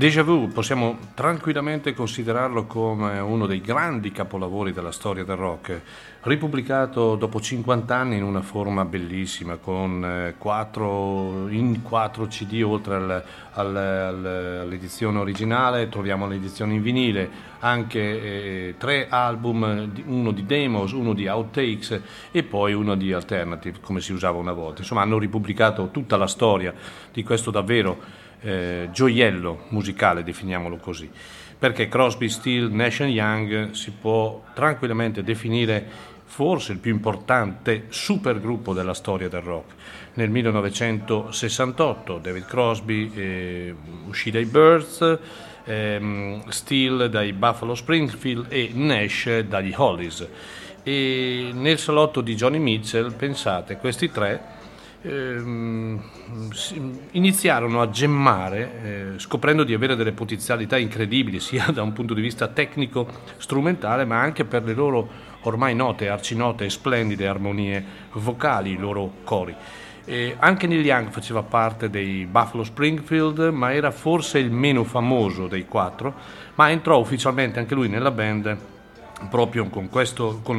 Déjà Vu possiamo tranquillamente considerarlo come uno dei grandi capolavori della storia del rock, ripubblicato dopo cinquanta anni in una forma bellissima, con eh, quattro, in quattro C D oltre al, al, al, all'edizione originale, troviamo l'edizione in vinile, anche eh, tre album, uno di demos, uno di outtakes e poi uno di alternative, come si usava una volta. Insomma, hanno ripubblicato tutta la storia di questo davvero Eh, gioiello musicale, definiamolo così, perché Crosby, Stills, Nash and Young si può tranquillamente definire forse il più importante supergruppo della storia del rock. Nel millenovecentosessantotto David Crosby eh, uscì dai Byrds, ehm, Stills dai Buffalo Springfield e Nash dagli Hollies, e nel salotto di Johnny Mitchell, pensate, questi tre iniziarono a gemmare, eh, scoprendo di avere delle potenzialità incredibili sia da un punto di vista tecnico strumentale, ma anche per le loro ormai note, arcinote e splendide armonie vocali, i loro cori. E anche Neil Young faceva parte dei Buffalo Springfield, ma era forse il meno famoso dei quattro, ma entrò ufficialmente anche lui nella band proprio con questo, con,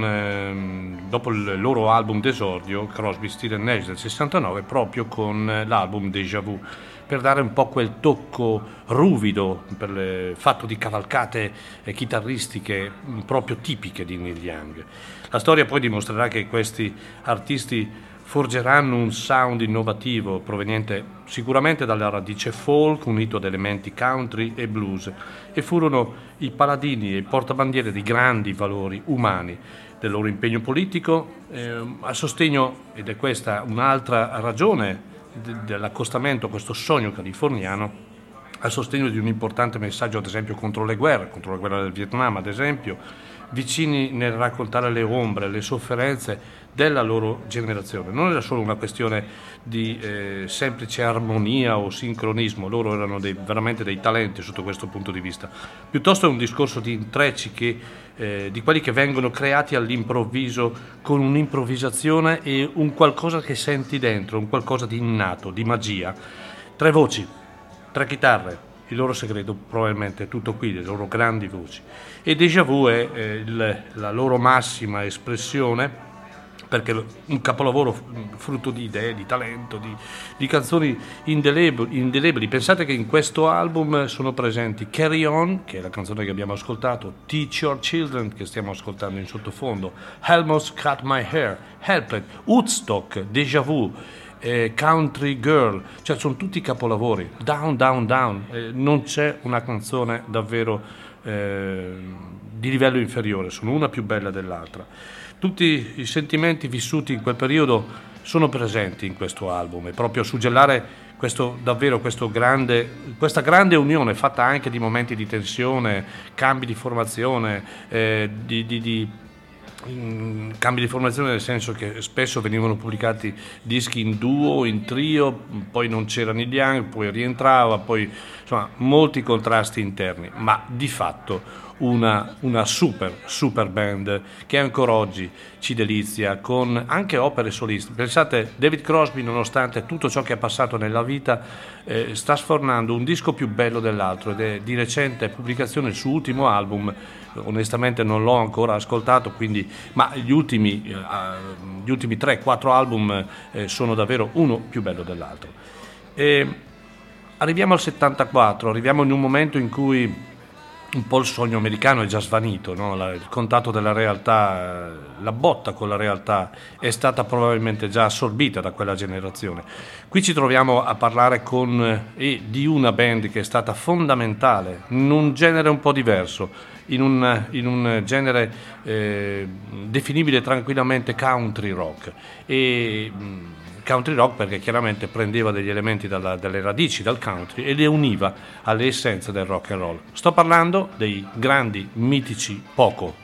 eh, dopo il loro album d'esordio, Crosby, Stills and Nash del sessantanove, proprio con l'album Déjà Vu, per dare un po' quel tocco ruvido, per il fatto di cavalcate eh, chitarristiche proprio tipiche di Neil Young. La storia poi dimostrerà che questi artisti forgeranno un sound innovativo proveniente sicuramente dalla radice folk, unito ad elementi country e blues, e furono i paladini e i portabandiere di grandi valori umani, del loro impegno politico eh, a sostegno, ed è questa un'altra ragione de- dell'accostamento a questo sogno californiano, a sostegno di un importante messaggio, ad esempio contro le guerre, contro la guerra del Vietnam ad esempio, vicini nel raccontare le ombre, le sofferenze della loro generazione. Non era solo una questione di eh, semplice armonia o sincronismo, loro erano dei, veramente dei talenti sotto questo punto di vista. Piuttosto è un discorso di intrecci che, eh, di quelli che vengono creati all'improvviso, con un'improvvisazione e un qualcosa che senti dentro, un qualcosa di innato, di magia. Tre voci, tre chitarre, il loro segreto probabilmente è tutto qui, le loro grandi voci. E Déjà Vu è eh, il, la loro massima espressione, perché un capolavoro frutto di idee, di talento, di, di canzoni indelebili, indelebili. Pensate che in questo album sono presenti Carry On, che è la canzone che abbiamo ascoltato, Teach Your Children, che stiamo ascoltando in sottofondo, Almost Cut My Hair, Help, Woodstock, Déjà Vu, eh, Country Girl, cioè sono tutti capolavori. Down, Down, Down, eh, non c'è una canzone davvero eh, di livello inferiore, sono una più bella dell'altra. Tutti i sentimenti vissuti in quel periodo sono presenti in questo album, e proprio a suggellare questo, davvero questo grande, questa grande unione fatta anche di momenti di tensione, cambi di formazione, eh, di, di, di in, cambi di formazione nel senso che spesso venivano pubblicati dischi in duo, in trio, poi non c'era Neil Young, poi rientrava, poi insomma molti contrasti interni, ma di fatto Una, una super super band che ancora oggi ci delizia con anche opere soliste. Pensate, David Crosby, nonostante tutto ciò che ha passato nella vita, eh, sta sfornando un disco più bello dell'altro, ed è di recente pubblicazione il suo ultimo album. Onestamente non l'ho ancora ascoltato, quindi, ma gli ultimi eh, gli ultimi tre quattro album eh, sono davvero uno più bello dell'altro. E arriviamo al settantaquattro, arriviamo in un momento in cui un po' il sogno americano è già svanito, no? La, il contatto della realtà, la botta con la realtà è stata probabilmente già assorbita da quella generazione. Qui ci troviamo a parlare con e di una band che è stata fondamentale in un genere un po' diverso, in un, in un genere eh, definibile tranquillamente country rock. E country rock perché chiaramente prendeva degli elementi dalla, dalle radici dal country e le univa alle essenze del rock and roll. Sto parlando dei grandi mitici Poco.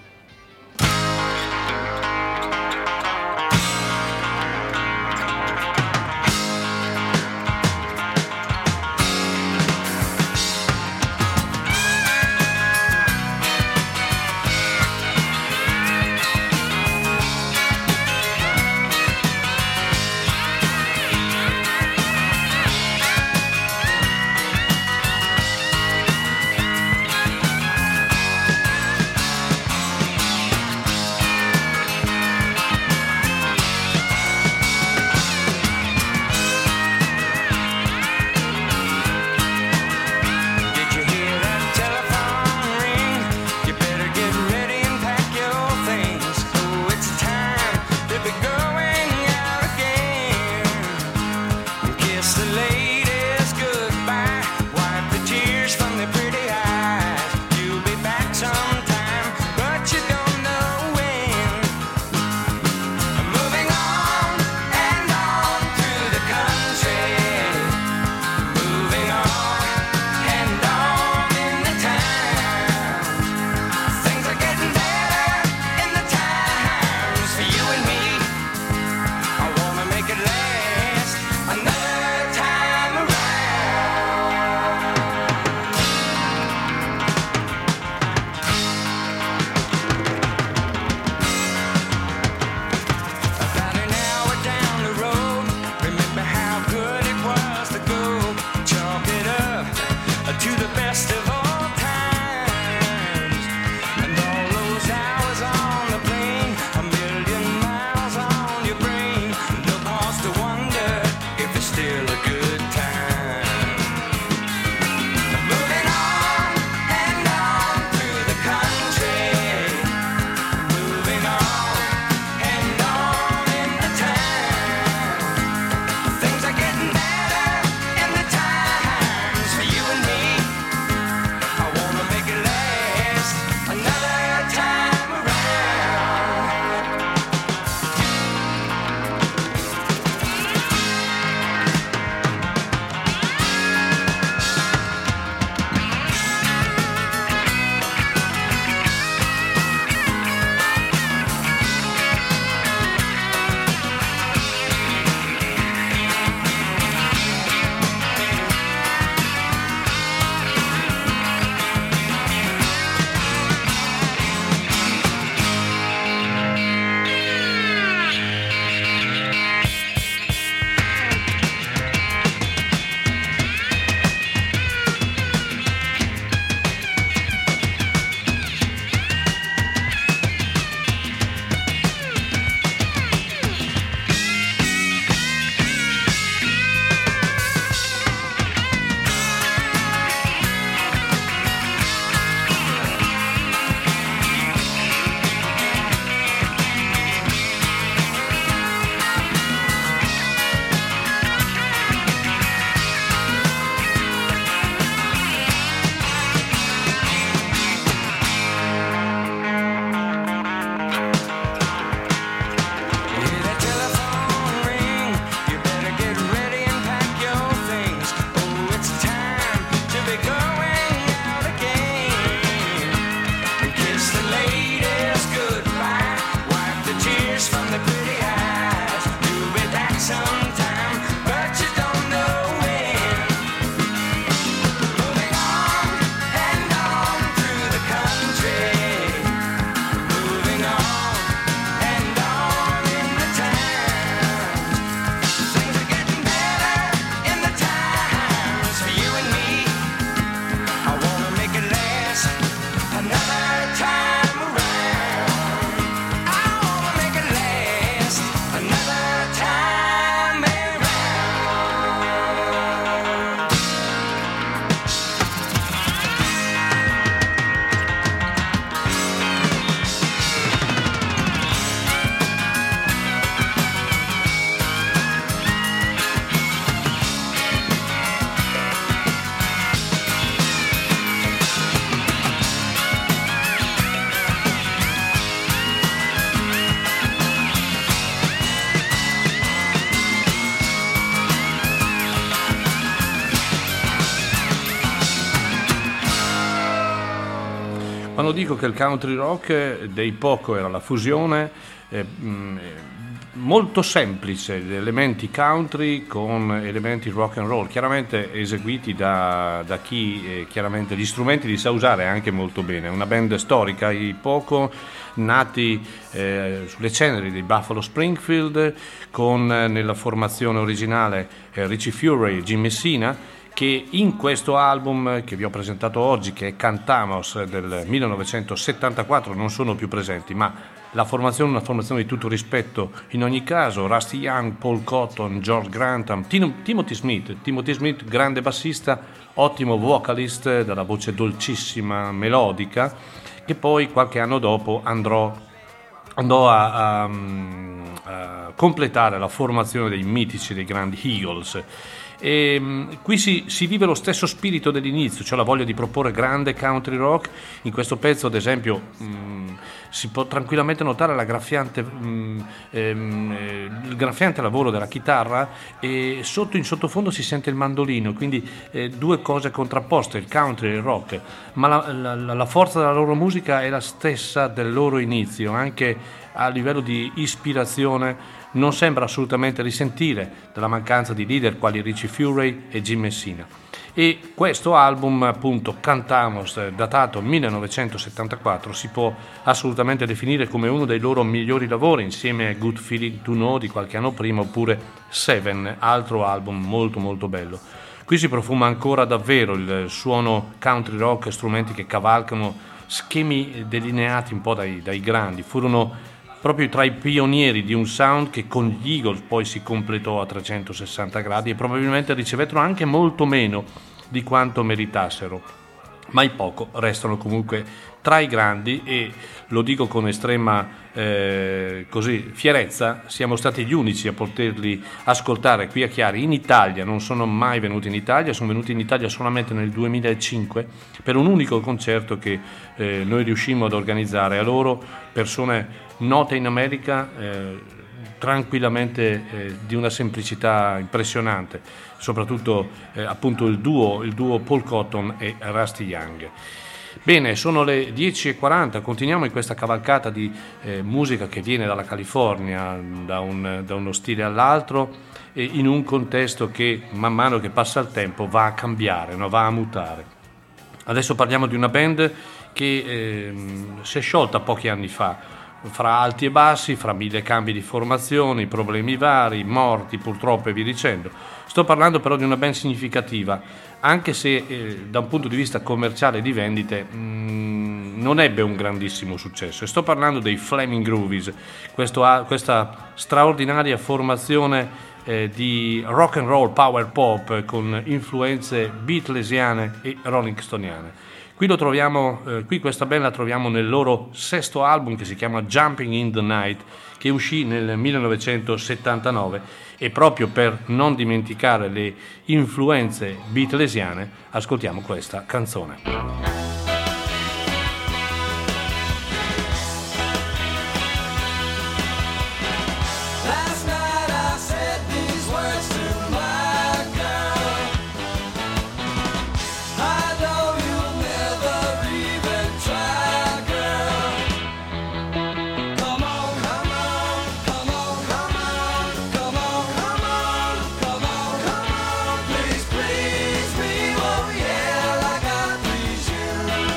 Quando dico che il country rock dei Poco era la fusione eh, mh, molto semplice di elementi country con elementi rock and roll, chiaramente eseguiti da, da chi eh, chiaramente gli strumenti li sa usare anche molto bene. Una band storica, i Poco, nati eh, sulle ceneri di Buffalo Springfield, con eh, nella formazione originale eh, Richie Furay e Jim Messina, che in questo album che vi ho presentato oggi, che è Cantamos del millenovecentosettantaquattro, non sono più presenti, ma la formazione è una formazione di tutto rispetto in ogni caso: Rusty Young, Paul Cotton, George Grantham, Tim- Timothy Smith, Timothy Smith, grande bassista, ottimo vocalist, dalla voce dolcissima, melodica, che poi qualche anno dopo andrò, andò a, a, a completare la formazione dei mitici, dei grandi Eagles. E um, qui si, si vive lo stesso spirito dell'inizio, cioè la voglia di proporre grande country rock. In questo pezzo, ad esempio, um, si può tranquillamente notare la graffiante, um, um, eh, il graffiante lavoro della chitarra, e sotto in sottofondo si sente il mandolino, quindi eh, due cose contrapposte, il country e il rock, ma la, la, la forza della loro musica è la stessa del loro inizio, anche a livello di ispirazione. Non sembra assolutamente risentire della mancanza di leader quali Richie Furay e Jim Messina. E questo album, appunto, Cantamos, datato millenovecentosettantaquattro, si può assolutamente definire come uno dei loro migliori lavori, insieme a Good Feeling to Know di qualche anno prima, oppure Seven, altro album molto molto bello. Qui si profuma ancora davvero il suono country rock, strumenti che cavalcano schemi delineati un po' dai, dai grandi. Furono proprio tra i pionieri di un sound che con gli Eagles poi si completò a trecentosessanta gradi, e probabilmente ricevettero anche molto meno di quanto meritassero, ma i Poco restano comunque tra i grandi, e lo dico con estrema eh, così fierezza: siamo stati gli unici a poterli ascoltare qui a Chiari in Italia. Non sono mai venuti in Italia, sono venuti in Italia solamente nel duemilacinque per un unico concerto che eh, noi riuscimmo ad organizzare. A loro, persone note in America, eh, tranquillamente eh, di una semplicità impressionante, soprattutto eh, appunto il duo, il duo Paul Cotton e Rusty Young. Bene, sono le dieci e quaranta, continuiamo in questa cavalcata di eh, musica che viene dalla California, da, un, da uno stile all'altro, e in un contesto che man mano che passa il tempo va a cambiare, no? Va a mutare. Adesso parliamo di una band che eh, si è sciolta pochi anni fa, fra alti e bassi, fra mille cambi di formazioni, problemi vari, morti purtroppo e via dicendo. Sto parlando però di una band significativa, anche se eh, da un punto di vista commerciale di vendite mh, non ebbe un grandissimo successo. E sto parlando dei Flaming Groovies, questo, questa straordinaria formazione eh, di rock and roll power pop con influenze beatlesiane e rolling stoniane. Qui lo troviamo, eh, qui questa band la troviamo nel loro sesto album, che si chiama Jumping in the Night, che uscì nel millenovecentosettantanove, e proprio per non dimenticare le influenze beatlesiane ascoltiamo questa canzone. Please, please me, oh yeah, like I please you.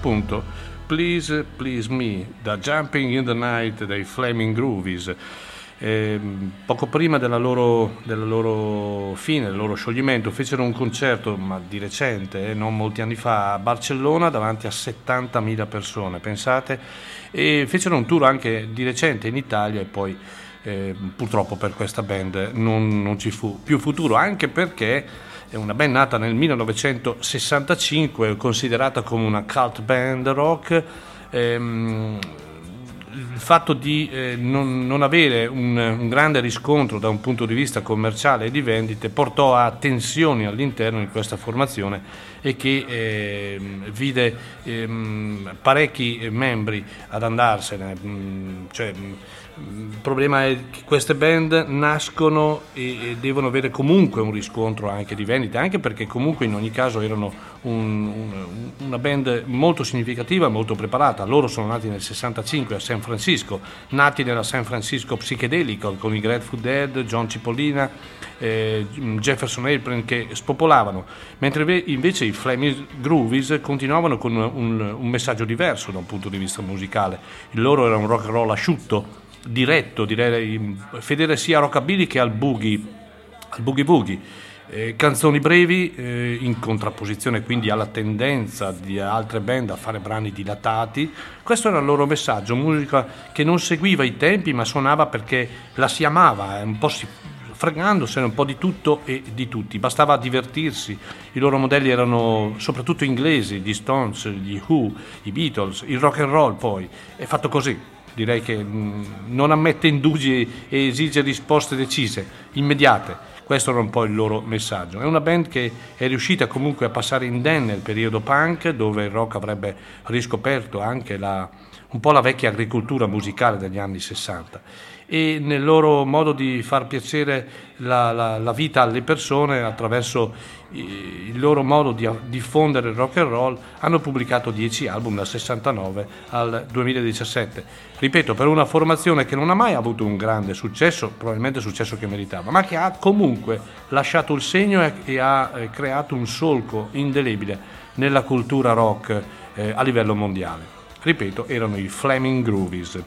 appunto Please Please Me, da Jumping in the Night dei Flaming Groovies. Eh, poco prima della loro, della loro fine, del loro scioglimento, fecero un concerto, ma di recente, eh, non molti anni fa, a Barcellona davanti a settantamila persone, pensate, e fecero un tour anche di recente in Italia e poi eh, purtroppo per questa band non, non ci fu più futuro, anche perché è una band nata nel millenovecentosessantacinque, considerata come una cult band rock. Ehm, il fatto di eh, non, non avere un, un grande riscontro da un punto di vista commerciale e di vendite portò a tensioni all'interno di questa formazione e che eh, vide eh, parecchi membri ad andarsene. Cioè, il problema è che queste band nascono e, e devono avere comunque un riscontro anche di vendite, anche perché comunque in ogni caso erano un, un, una band molto significativa, molto preparata. Loro sono nati nel sessantacinque a San Francisco, nati nella San Francisco psichedelico con i Grateful Dead, John Cipollina, eh, Jefferson Airplane che spopolavano, mentre invece i Flaming Groovies continuavano con un, un messaggio diverso da un punto di vista musicale. Il loro era un rock and roll asciutto, diretto, direi fedele sia al rockabilly che al boogie, al boogie boogie. Eh, canzoni brevi, eh, in contrapposizione quindi alla tendenza di altre band a fare brani dilatati. Questo era il loro messaggio, musica che non seguiva i tempi ma suonava perché la si amava, un po' si, fregandosene un po' di tutto e di tutti, bastava divertirsi. I loro modelli erano soprattutto inglesi, gli Stones, gli Who, i Beatles, il rock and roll poi, è fatto così. Direi che mh, non ammette indugi e esige risposte decise, immediate. Questo era un po' il loro messaggio. È una band che è riuscita comunque a passare indenne nel periodo punk, dove il rock avrebbe riscoperto anche la, un po' la vecchia agricoltura musicale degli anni sessanta. E nel loro modo di far piacere la, la, la vita alle persone attraverso il loro modo di diffondere il rock and roll hanno pubblicato dieci album dal sessantanove al duemiladiciassette. Ripeto, per una formazione che non ha mai avuto un grande successo, probabilmente il successo che meritava, ma che ha comunque lasciato il segno e, e ha eh, creato un solco indelebile nella cultura rock eh, a livello mondiale. Ripeto, erano i Flaming Groovies.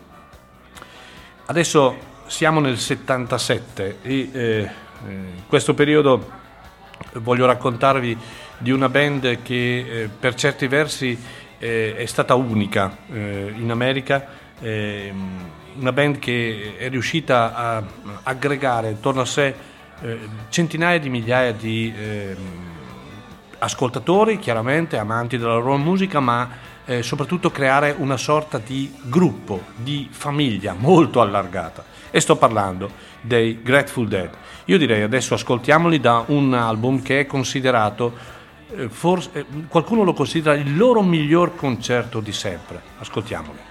Adesso siamo nel settantasette e eh, in questo periodo voglio raccontarvi di una band che eh, per certi versi eh, è stata unica eh, in America, eh, una band che è riuscita a aggregare intorno a sé eh, centinaia di migliaia di eh, ascoltatori, chiaramente amanti della loro musica, ma Eh, soprattutto creare una sorta di gruppo, di famiglia molto allargata. E sto parlando dei Grateful Dead. Io direi adesso ascoltiamoli da un album che è considerato, eh, forse eh, qualcuno lo considera il loro miglior concerto di sempre. Ascoltiamoli.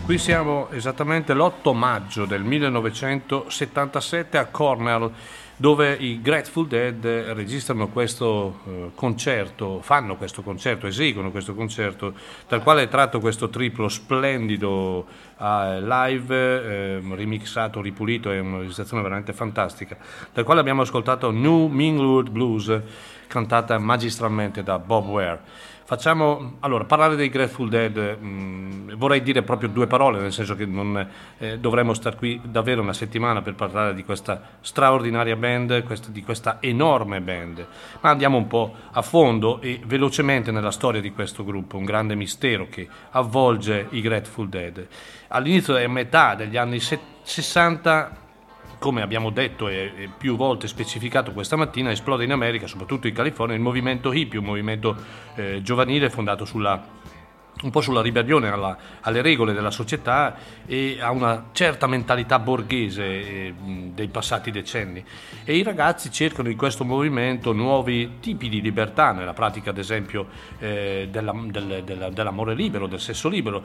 Qui siamo esattamente l'otto maggio del millenovecentosettantasette a Cornell, dove i Grateful Dead registrano questo eh, concerto, fanno questo concerto, eseguono questo concerto, dal quale è tratto questo triplo splendido eh, live, eh, remixato, ripulito, è una registrazione veramente fantastica, dal quale abbiamo ascoltato New Minglewood Blues, cantata magistralmente da Bob Ware. Facciamo, allora, parlare dei Grateful Dead, mh, vorrei dire proprio due parole, nel senso che non, eh, dovremmo star qui davvero una settimana per parlare di questa straordinaria band, questa, di questa enorme band, ma andiamo un po' a fondo e velocemente nella storia di questo gruppo, un grande mistero che avvolge i Grateful Dead. All'inizio e a metà degli anni sessanta, come abbiamo detto e più volte specificato questa mattina, esplode in America, soprattutto in California, il movimento hippie, un movimento eh, giovanile fondato sulla un po' sulla ribellione alla, alle regole della società e a una certa mentalità borghese eh, dei passati decenni, e i ragazzi cercano in questo movimento nuovi tipi di libertà nella pratica, ad esempio eh, della, del, della, dell'amore libero, del sesso libero,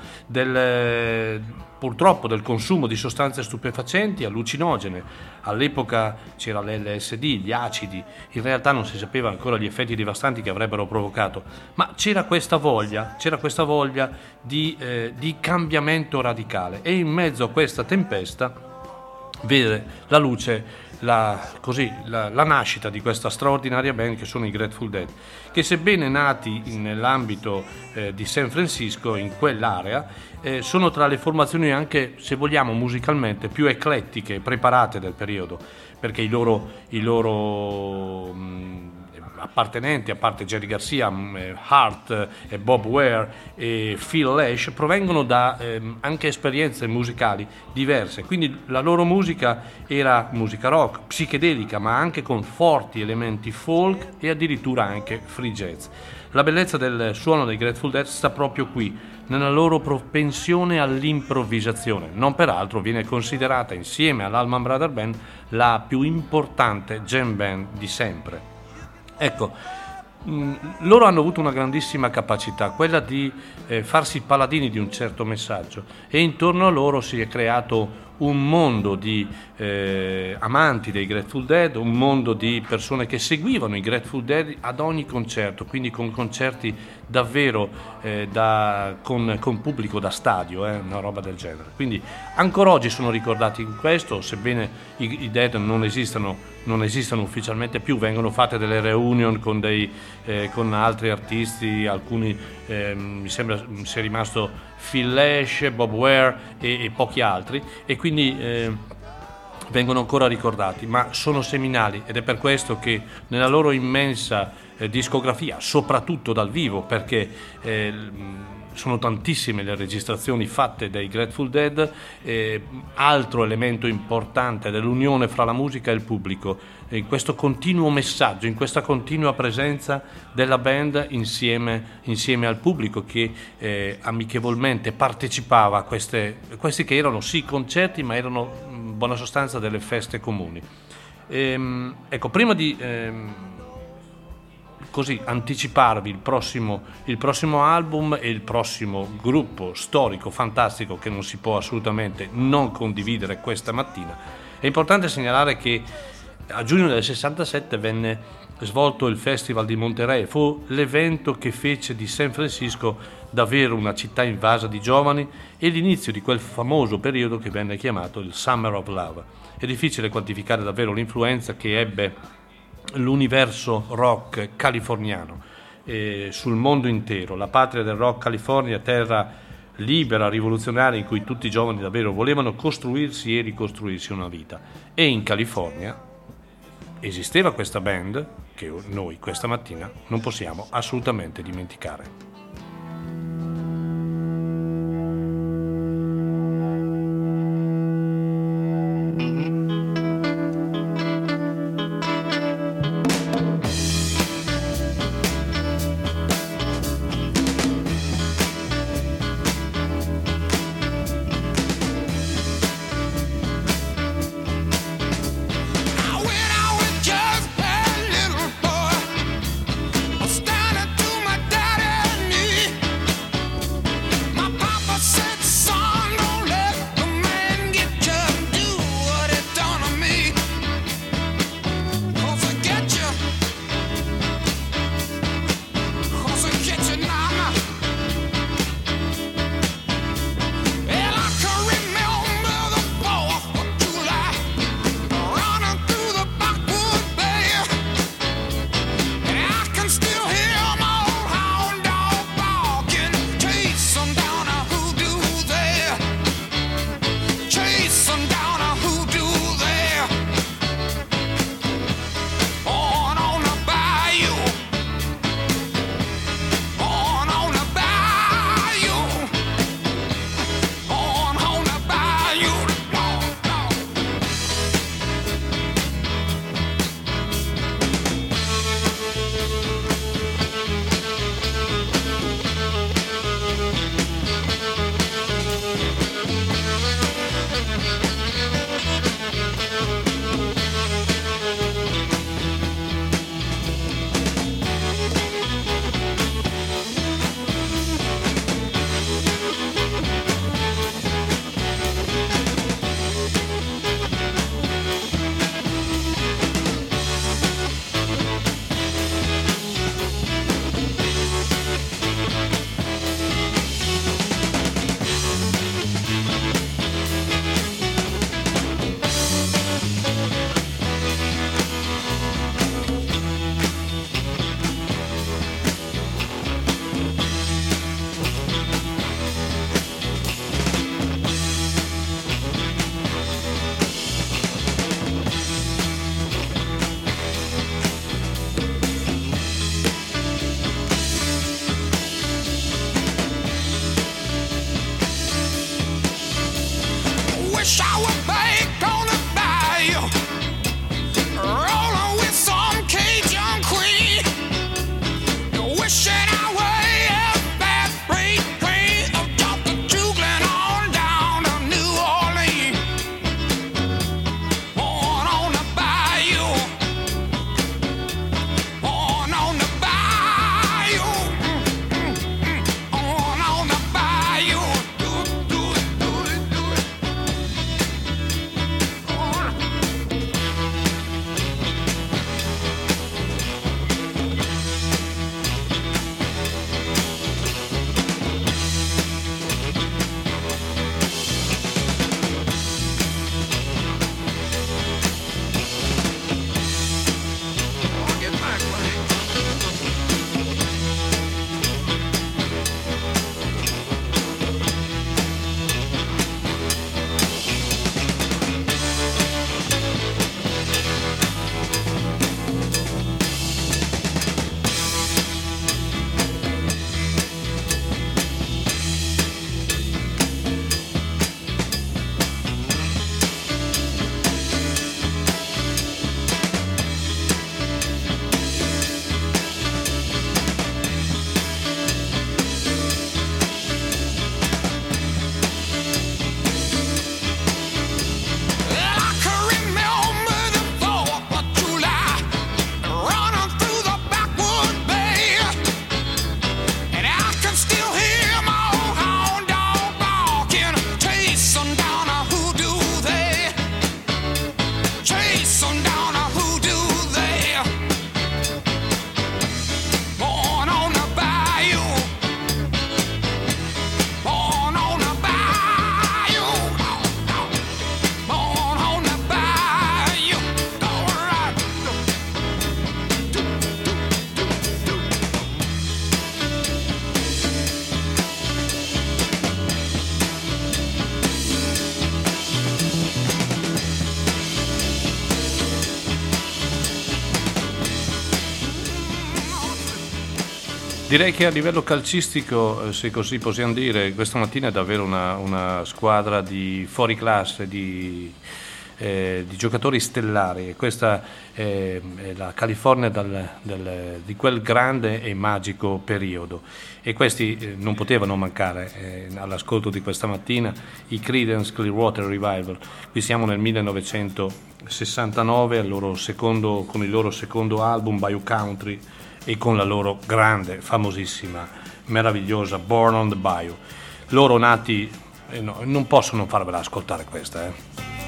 del, purtroppo del consumo di sostanze stupefacenti, allucinogene. All'epoca c'era l'L S D, gli acidi, in realtà non si sapeva ancora gli effetti devastanti che avrebbero provocato, ma c'era questa voglia, c'era questa voglia di, eh, di cambiamento radicale, e in mezzo a questa tempesta vede la luce la, così, la, la nascita di questa straordinaria band che sono i Grateful Dead, che sebbene nati nell'ambito eh, di San Francisco, in quell'area, eh, sono tra le formazioni anche, se vogliamo, musicalmente più eclettiche e preparate del periodo, perché i loro, i loro mh, appartenenti, a parte Jerry Garcia, Hart e Bob Ware e Phil Lesh, provengono da ehm, anche esperienze musicali diverse, quindi la loro musica era musica rock, psichedelica, ma anche con forti elementi folk e addirittura anche free jazz. La bellezza del suono dei Grateful Dead sta proprio qui, nella loro propensione all'improvvisazione. Non peraltro viene considerata, insieme all'Allman Brothers Band, la più importante jam band di sempre. Ecco, mh, loro hanno avuto una grandissima capacità, quella di eh, farsi paladini di un certo messaggio, e intorno a loro si è creato un mondo di eh, amanti dei Grateful Dead, un mondo di persone che seguivano i Grateful Dead ad ogni concerto, quindi con concerti davvero eh, da, con, con pubblico da stadio, eh, una roba del genere. Quindi ancora oggi sono ricordati in questo, sebbene i, i Dead non esistano, non esistano ufficialmente più, vengono fatte delle reunion con, dei, eh, con altri artisti, alcuni eh, mi sembra sia rimasto Phil Lesh, Bob Ware e, e pochi altri, e quindi eh, vengono ancora ricordati, ma sono seminali, ed è per questo che nella loro immensa eh, discografia, soprattutto dal vivo, perché eh, sono tantissime le registrazioni fatte dai Grateful Dead, eh, altro elemento importante dell'unione fra la musica e il pubblico, in questo continuo messaggio, in questa continua presenza della band insieme, insieme al pubblico che eh, amichevolmente partecipava a queste, questi che erano sì concerti, ma erano in buona sostanza delle feste comuni. Ehm, ecco, prima di ehm, così anticiparvi il prossimo, il prossimo album e il prossimo gruppo storico fantastico che non si può assolutamente non condividere questa mattina, è importante segnalare che a giugno del sessantasette venne svolto il Festival di Monterey. Fu l'evento che fece di San Francisco davvero una città invasa di giovani e l'inizio di quel famoso periodo che venne chiamato il Summer of Love. È difficile quantificare davvero l'influenza che ebbe l'universo rock californiano eh, sul mondo intero, la patria del rock, California, terra libera, rivoluzionaria, in cui tutti i giovani davvero volevano costruirsi e ricostruirsi una vita. E in California esisteva questa band che noi questa mattina non possiamo assolutamente dimenticare. Standing to my daddy Direi che a livello calcistico, se così possiamo dire, questa mattina è davvero una, una squadra di fuori classe, di, eh, di giocatori stellari. Questa è, è la California dal, del, di quel grande e magico periodo. E questi eh, non potevano mancare eh, all'ascolto di questa mattina, i Creedence Clearwater Revival. Qui siamo nel millenovecentosessantanove, al loro secondo, con il loro secondo album, Bayou Country, e con la loro grande, famosissima, meravigliosa Born on the Bayou. Loro nati, eh no, non posso non farvela ascoltare questa, eh.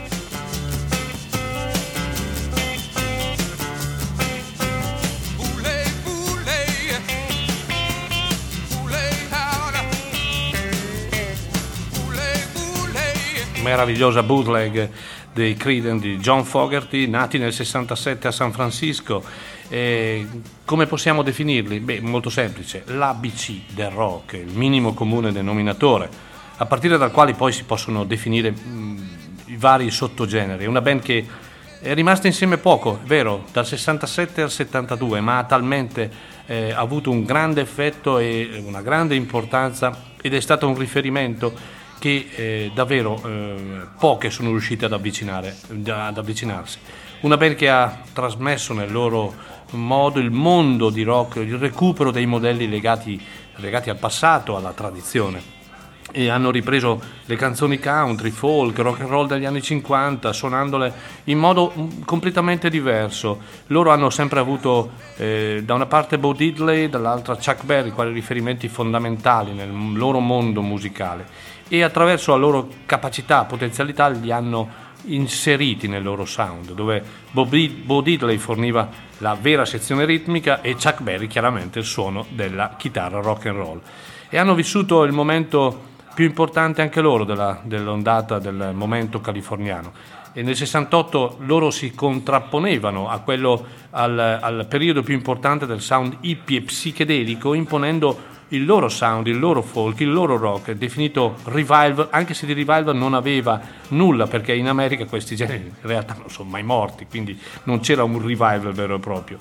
Meravigliosa bootleg dei Creedence di John Fogerty, nati nel sessantasette a San Francisco. Eh, come possiamo definirli? Beh, molto semplice, l'A B C del rock, il minimo comune denominatore, a partire dal quale poi si possono definire mh, i vari sottogeneri. È una band che è rimasta insieme poco, è vero, dal sessantasette al settantadue, ma ha talmente eh, avuto un grande effetto e una grande importanza, ed è stato un riferimento che eh, davvero eh, poche sono riuscite ad avvicinare, ad avvicinarsi. Una band che ha trasmesso nel loro modo il mondo di rock, il recupero dei modelli legati, legati al passato, alla tradizione, e hanno ripreso le canzoni country, folk, rock and roll degli anni cinquanta, suonandole in modo completamente diverso. Loro hanno sempre avuto eh, da una parte Bo Diddley, dall'altra Chuck Berry, quali riferimenti fondamentali nel loro mondo musicale, e attraverso la loro capacità, potenzialità, li hanno inseriti nel loro sound, dove Bo Diddley forniva la vera sezione ritmica e Chuck Berry chiaramente il suono della chitarra rock and roll, e hanno vissuto il momento più importante anche loro della, dell'ondata del momento californiano. E nel sessantotto loro si contrapponevano a quello al, al periodo più importante del sound hippie e psichedelico, imponendo il loro sound, il loro folk, il loro rock, definito revival, anche se di revival non aveva nulla, perché in America questi generi in realtà non sono mai morti, quindi non c'era un revival vero e proprio.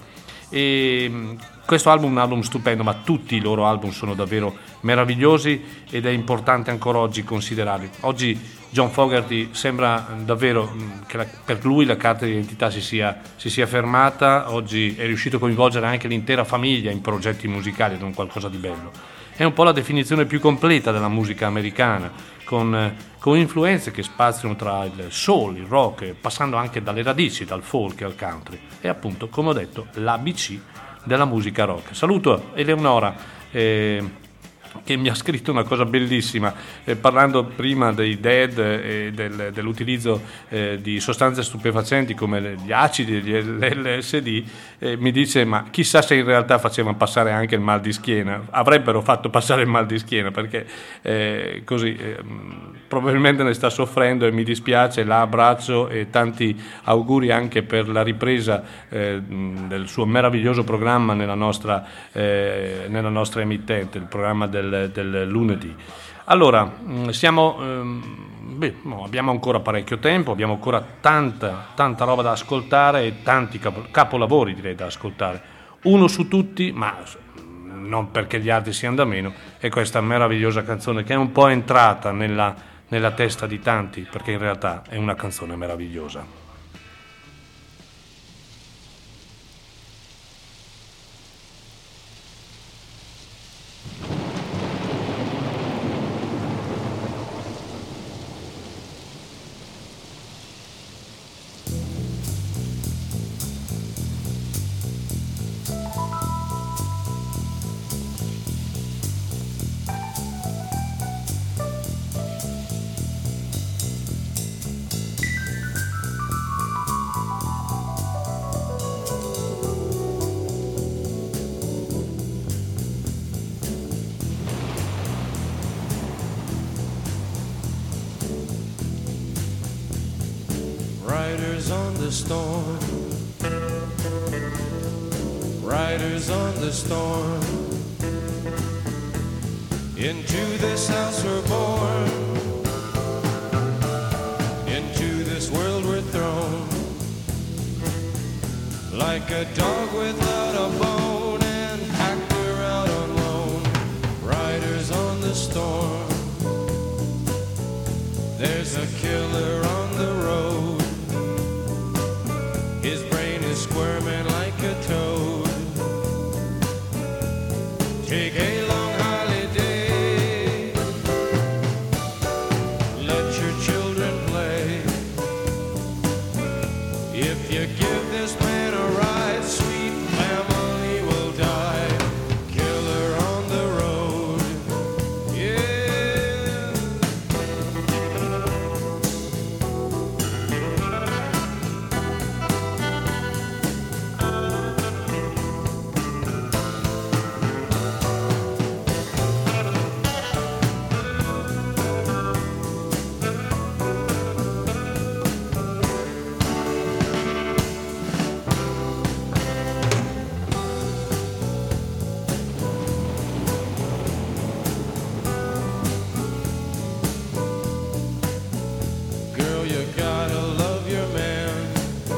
E questo album è un album stupendo, ma tutti i loro album sono davvero meravigliosi, ed è importante ancora oggi considerarli. Oggi John Fogerty sembra davvero che la, per lui la carta di identità si sia, si sia fermata. Oggi è riuscito a coinvolgere anche l'intera famiglia in progetti musicali, ed è un qualcosa di bello. È un po' la definizione più completa della musica americana, con, con influenze che spaziano tra il soul, il rock, passando anche dalle radici, dal folk al country. E appunto, come ho detto, l'A B C della musica rock. Saluto Eleonora, eh, che mi ha scritto una cosa bellissima, eh, parlando prima dei Dead e eh, del, dell'utilizzo eh, di sostanze stupefacenti come gli acidi e l'L S D, eh, mi dice: ma chissà se in realtà facevano passare anche il mal di schiena. Avrebbero fatto passare il mal di schiena, perché eh, così eh, probabilmente ne sta soffrendo, e mi dispiace, la abbraccio, e tanti auguri anche per la ripresa eh, del suo meraviglioso programma nella nostra, eh, nella nostra emittente, il programma del Del, del lunedì. Allora, siamo, ehm, beh, no, abbiamo ancora parecchio tempo, abbiamo ancora tanta, tanta roba da ascoltare e tanti capo, capolavori direi da ascoltare. Uno su tutti, ma non perché gli altri siano da meno, è questa meravigliosa canzone che è un po' entrata nella, nella testa di tanti, perché in realtà è una canzone meravigliosa. Riders on the storm, riders on the storm, into this house we're born, into this world we're thrown, like a dog without a bone and hacked her out on loan. There's a killer on the road. His brain is squirming like a toad. Take a long holiday. Let your children play. If you give this man a ride, sweet family will die. Killer on the road. Yeah. Girl, you gotta love your man.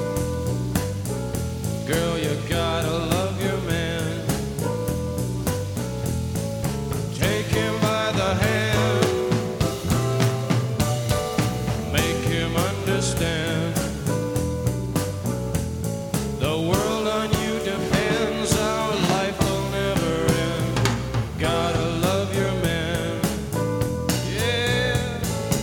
Girl, you gotta love your man. Take him by the hand. Make him understand. The world on you depends. Our life will never end. Gotta love your man. Yeah.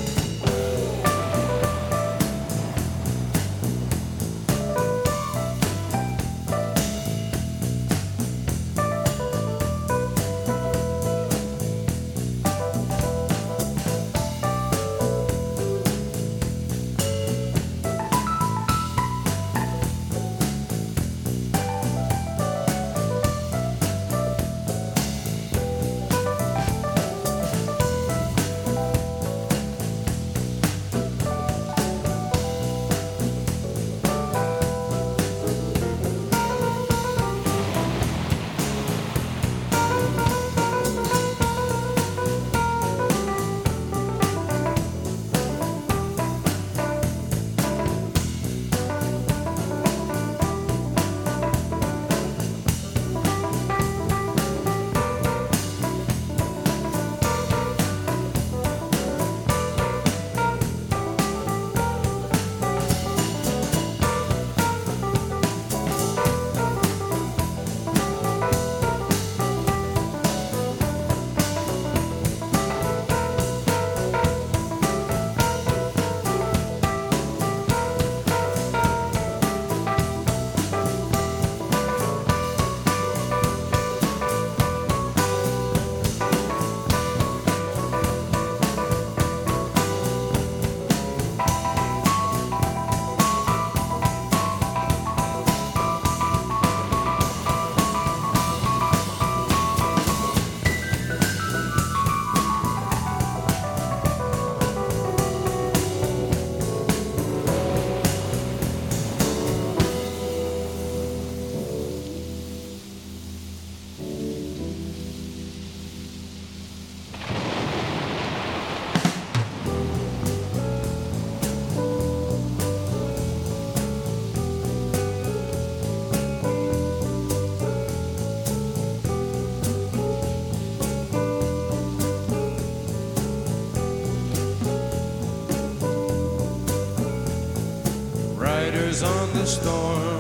Riders on the storm.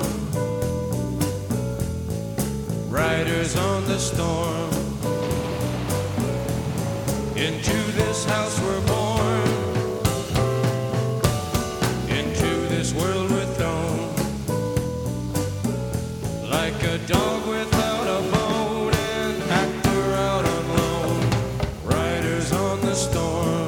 Riders on the storm. Into this house we're born. Into this world we're thrown. Like a dog without a bone, an actor out on loan. Riders on the storm.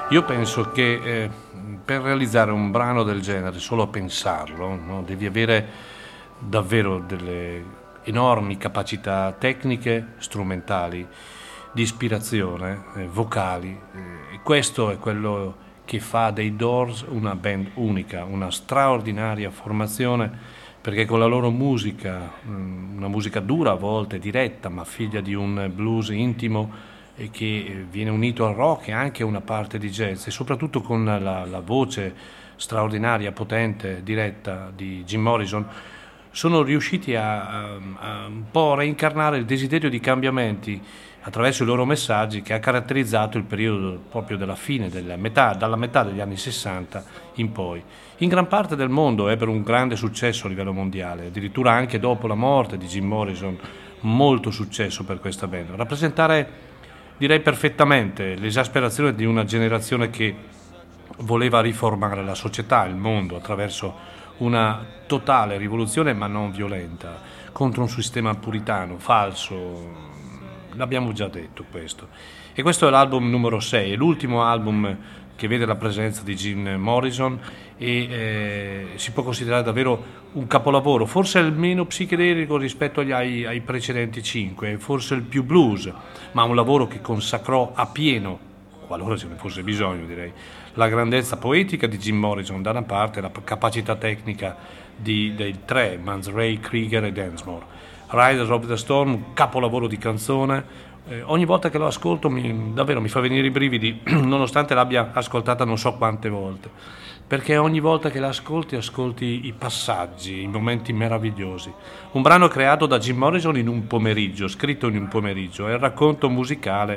Io penso che eh, per realizzare un brano del genere, solo a pensarlo, no, devi avere davvero delle enormi capacità tecniche, strumentali, di ispirazione, eh, vocali. Eh, e questo è quello che fa dei Doors una band unica, una straordinaria formazione, perché con la loro musica, mh, una musica dura a volte, diretta, ma figlia di un blues intimo, e che viene unito al rock e anche a una parte di jazz, e soprattutto con la, la voce straordinaria, potente, diretta di Jim Morrison, sono riusciti a, a, a un po' reincarnare il desiderio di cambiamenti attraverso i loro messaggi che ha caratterizzato il periodo proprio della fine, della metà, dalla metà degli anni sessanta in poi. In gran parte del mondo ebbero un grande successo a livello mondiale, addirittura anche dopo la morte di Jim Morrison, molto successo per questa band. Rappresentare, direi perfettamente, l'esasperazione di una generazione che voleva riformare la società, il mondo, attraverso una totale rivoluzione, ma non violenta, contro un sistema puritano, falso. L'abbiamo già detto questo. E questo è l'album numero sei, è l'ultimo album che vede la presenza di Jim Morrison e eh, si può considerare davvero un capolavoro, forse il meno psichedelico rispetto agli, ai, ai precedenti cinque, forse il più blues, ma un lavoro che consacrò a pieno, qualora ce ne fosse bisogno direi, la grandezza poetica di Jim Morrison da una parte e la capacità tecnica di, dei tre, Manzarek, Krieger e Densmore. Riders of the Storm, un capolavoro di canzone. Eh, ogni volta che lo ascolto mi, davvero mi fa venire i brividi, nonostante l'abbia ascoltata non so quante volte, perché ogni volta che la ascolti ascolti i passaggi, i momenti meravigliosi. Un brano creato da Jim Morrison in un pomeriggio, scritto in un pomeriggio, è il racconto musicale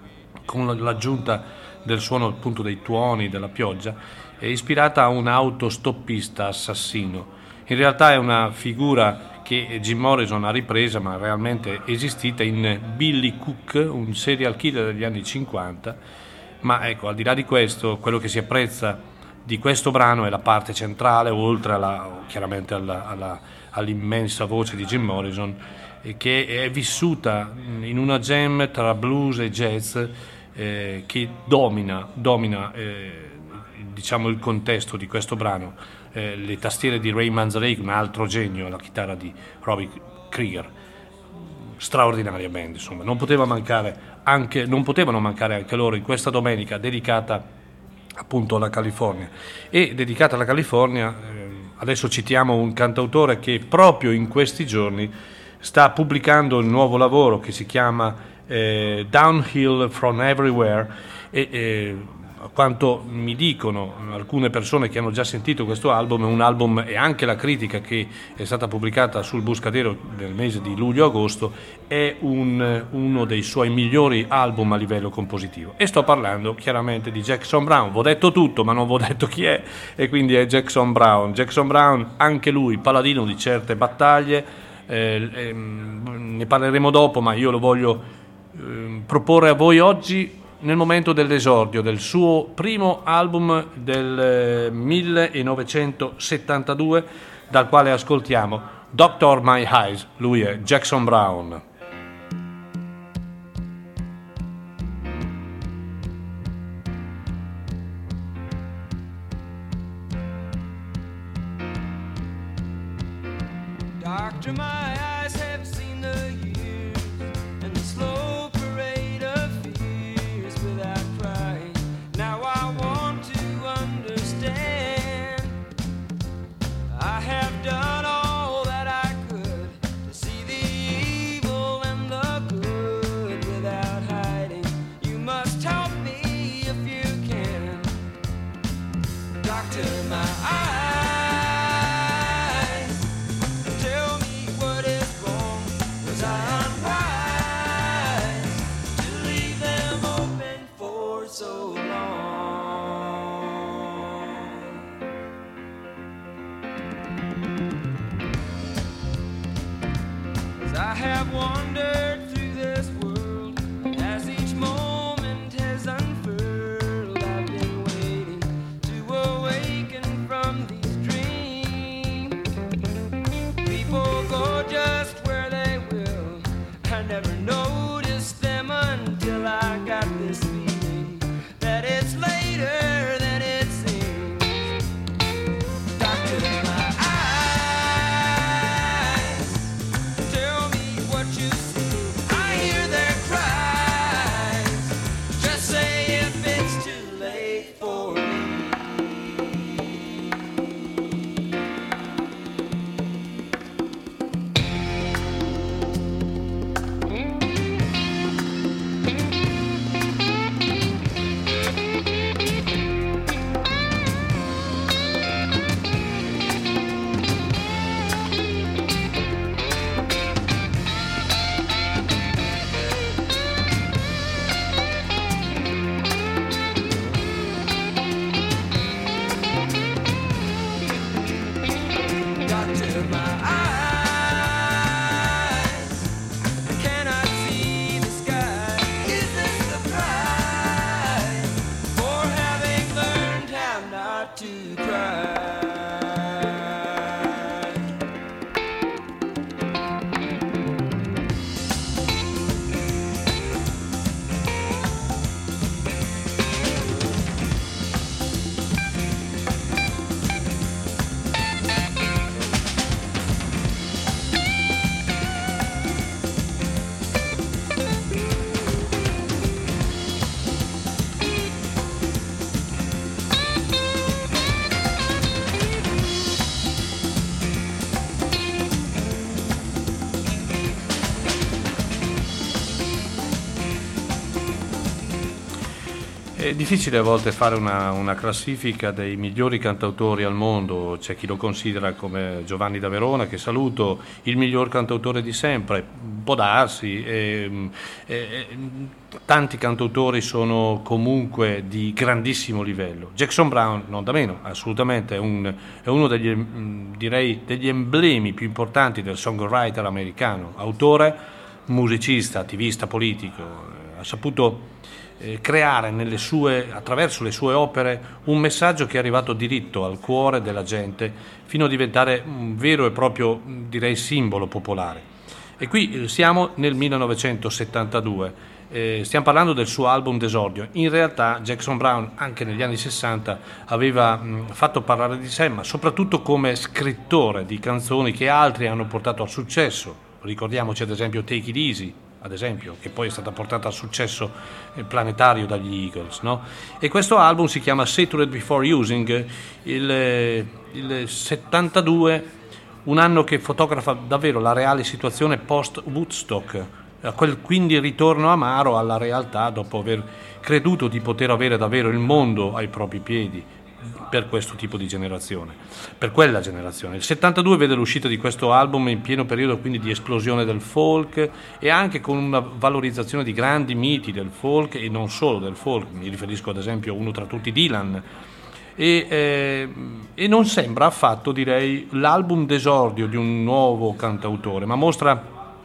con l'aggiunta del suono appunto dei tuoni, della pioggia, è ispirata a un autostoppista assassino. In realtà è una figura che Jim Morrison ha ripresa, ma realmente esistita, in Billy Cook, un serial killer degli anni cinquanta. Ma ecco, al di là di questo, quello che si apprezza di questo brano è la parte centrale, oltre alla, chiaramente alla, alla, all'immensa voce di Jim Morrison, eh, che è vissuta in una jam tra blues e jazz eh, che domina, domina eh, diciamo il contesto di questo brano. Eh, le tastiere di Ray Manzarek, un altro genio, la chitarra di Robbie Krieger, straordinaria band, insomma, non poteva mancare anche, non potevano mancare anche loro in questa domenica dedicata appunto alla California. E dedicata alla California, eh, adesso citiamo un cantautore che proprio in questi giorni sta pubblicando il nuovo lavoro che si chiama eh, Downhill from Everywhere e eh, a quanto mi dicono alcune persone che hanno già sentito questo album, è un album, e anche la critica che è stata pubblicata sul Buscadero nel mese di luglio-agosto, è un, uno dei suoi migliori album a livello compositivo. E sto parlando chiaramente di Jackson Browne. V'ho detto tutto, ma non v'ho detto chi è, e quindi è Jackson Browne. Jackson Browne, anche lui paladino di certe battaglie, eh, eh, ne parleremo dopo, ma io lo voglio eh, proporre a voi oggi nel momento dell'esordio del suo primo album del millenovecentosettantadue, dal quale ascoltiamo Doctor My Eyes. Lui è Jackson Browne. Doctor, my eyes have seen the years and the slow parade of fears without crying. Now I want to understand. I have done all that I could to see the evil and the good without hiding. You must help me if you can. Doctor, my eyes. So long, 'cause I have wandered through this world as each moment has unfurled. I've been waiting to awaken from these dreams. People go just where they will. I never noticed them until I got this feeling that it's later start to cry. È difficile a volte fare una, una classifica dei migliori cantautori al mondo. C'è chi lo considera come Giovanni da Verona, che saluto, il miglior cantautore di sempre. Può darsi, e, e, tanti cantautori sono comunque di grandissimo livello. Jackson Browne non da meno, assolutamente, è, un, è uno degli, direi, degli emblemi più importanti del songwriter americano, autore, musicista, attivista politico. Ha saputo creare nelle sue, attraverso le sue opere un messaggio che è arrivato diritto al cuore della gente fino a diventare un vero e proprio, direi, simbolo popolare. E qui siamo nel millenovecentosettantadue, eh, stiamo parlando del suo album d'esordio. In realtà Jackson Browne anche negli anni sessanta aveva mh, fatto parlare di sé, ma soprattutto come scrittore di canzoni che altri hanno portato al successo. Ricordiamoci ad esempio Take It Easy, ad esempio, che poi è stata portata al successo planetario dagli Eagles, no? E questo album si chiama Sacred Before Using, il, il settantadue, un anno che fotografa davvero la reale situazione post-Woodstock, quel quindi ritorno amaro alla realtà dopo aver creduto di poter avere davvero il mondo ai propri piedi, per questo tipo di generazione, per quella generazione. Il settantadue vede l'uscita di questo album in pieno periodo quindi di esplosione del folk e anche con una valorizzazione di grandi miti del folk e non solo del folk, mi riferisco ad esempio a uno tra tutti, Dylan, e, eh, e non sembra affatto, direi, l'album d'esordio di un nuovo cantautore, ma mostra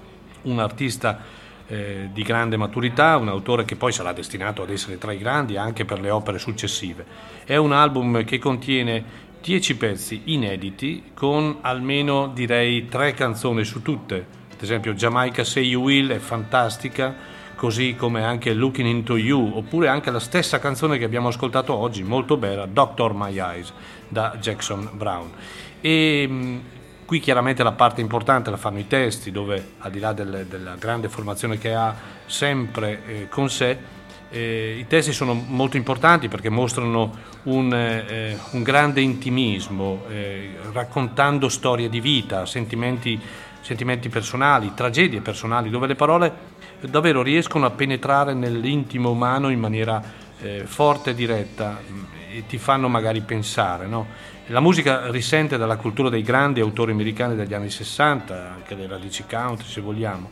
un artista Eh, di grande maturità, un autore che poi sarà destinato ad essere tra i grandi anche per le opere successive. È un album che contiene dieci pezzi inediti con almeno, direi, tre canzoni su tutte. Ad esempio Jamaica Say You Will è fantastica, così come anche Looking Into You, oppure anche la stessa canzone che abbiamo ascoltato oggi, molto bella, Doctor My Eyes, da Jackson Browne. E qui chiaramente la parte importante la fanno i testi, dove al di là del, della grande formazione che ha sempre eh, con sé, eh, i testi sono molto importanti perché mostrano un, eh, un grande intimismo, eh, raccontando storie di vita, sentimenti, sentimenti personali, tragedie personali, dove le parole davvero riescono a penetrare nell'intimo umano in maniera eh, forte e diretta e ti fanno magari pensare, no? La musica risente dalla cultura dei grandi autori americani degli anni sessanta, anche le radici country se vogliamo,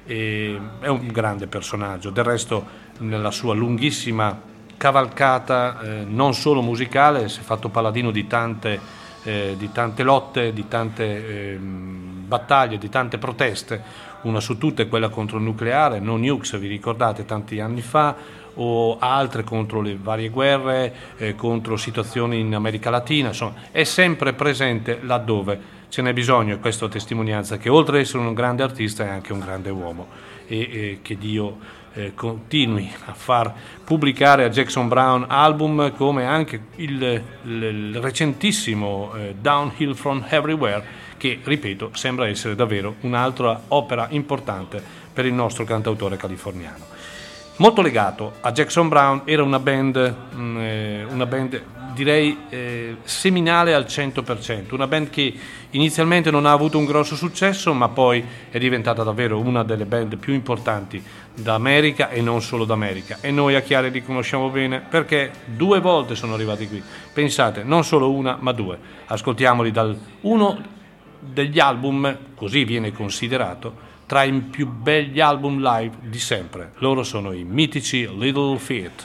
e è un grande personaggio. Del resto nella sua lunghissima cavalcata eh, non solo musicale si è fatto paladino di tante, eh, di tante lotte, di tante eh, battaglie, di tante proteste. Una su tutte è quella contro il nucleare, No Nukes, vi ricordate, tanti anni fa, o altre contro le varie guerre, eh, contro situazioni in America Latina. Insomma, è sempre presente laddove ce n'è bisogno, e questa è testimonianza che oltre ad essere un grande artista è anche un grande uomo, e, e che Dio eh, continui a far pubblicare a Jackson Browne album come anche il, il, il recentissimo eh, Downhill from Everywhere, che, ripeto, sembra essere davvero un'altra opera importante per il nostro cantautore californiano. Molto legato a Jackson Browne era una band, mh, eh, una band direi eh, seminale al cento per cento, una band che inizialmente non ha avuto un grosso successo, ma poi è diventata davvero una delle band più importanti d'America e non solo d'America, e noi a Chiari li conosciamo bene perché due volte sono arrivati qui, pensate, non solo una ma due. Ascoltiamoli dal uno degli album, così viene considerato, tra i più begli album live di sempre. Loro sono i mitici Little Feat.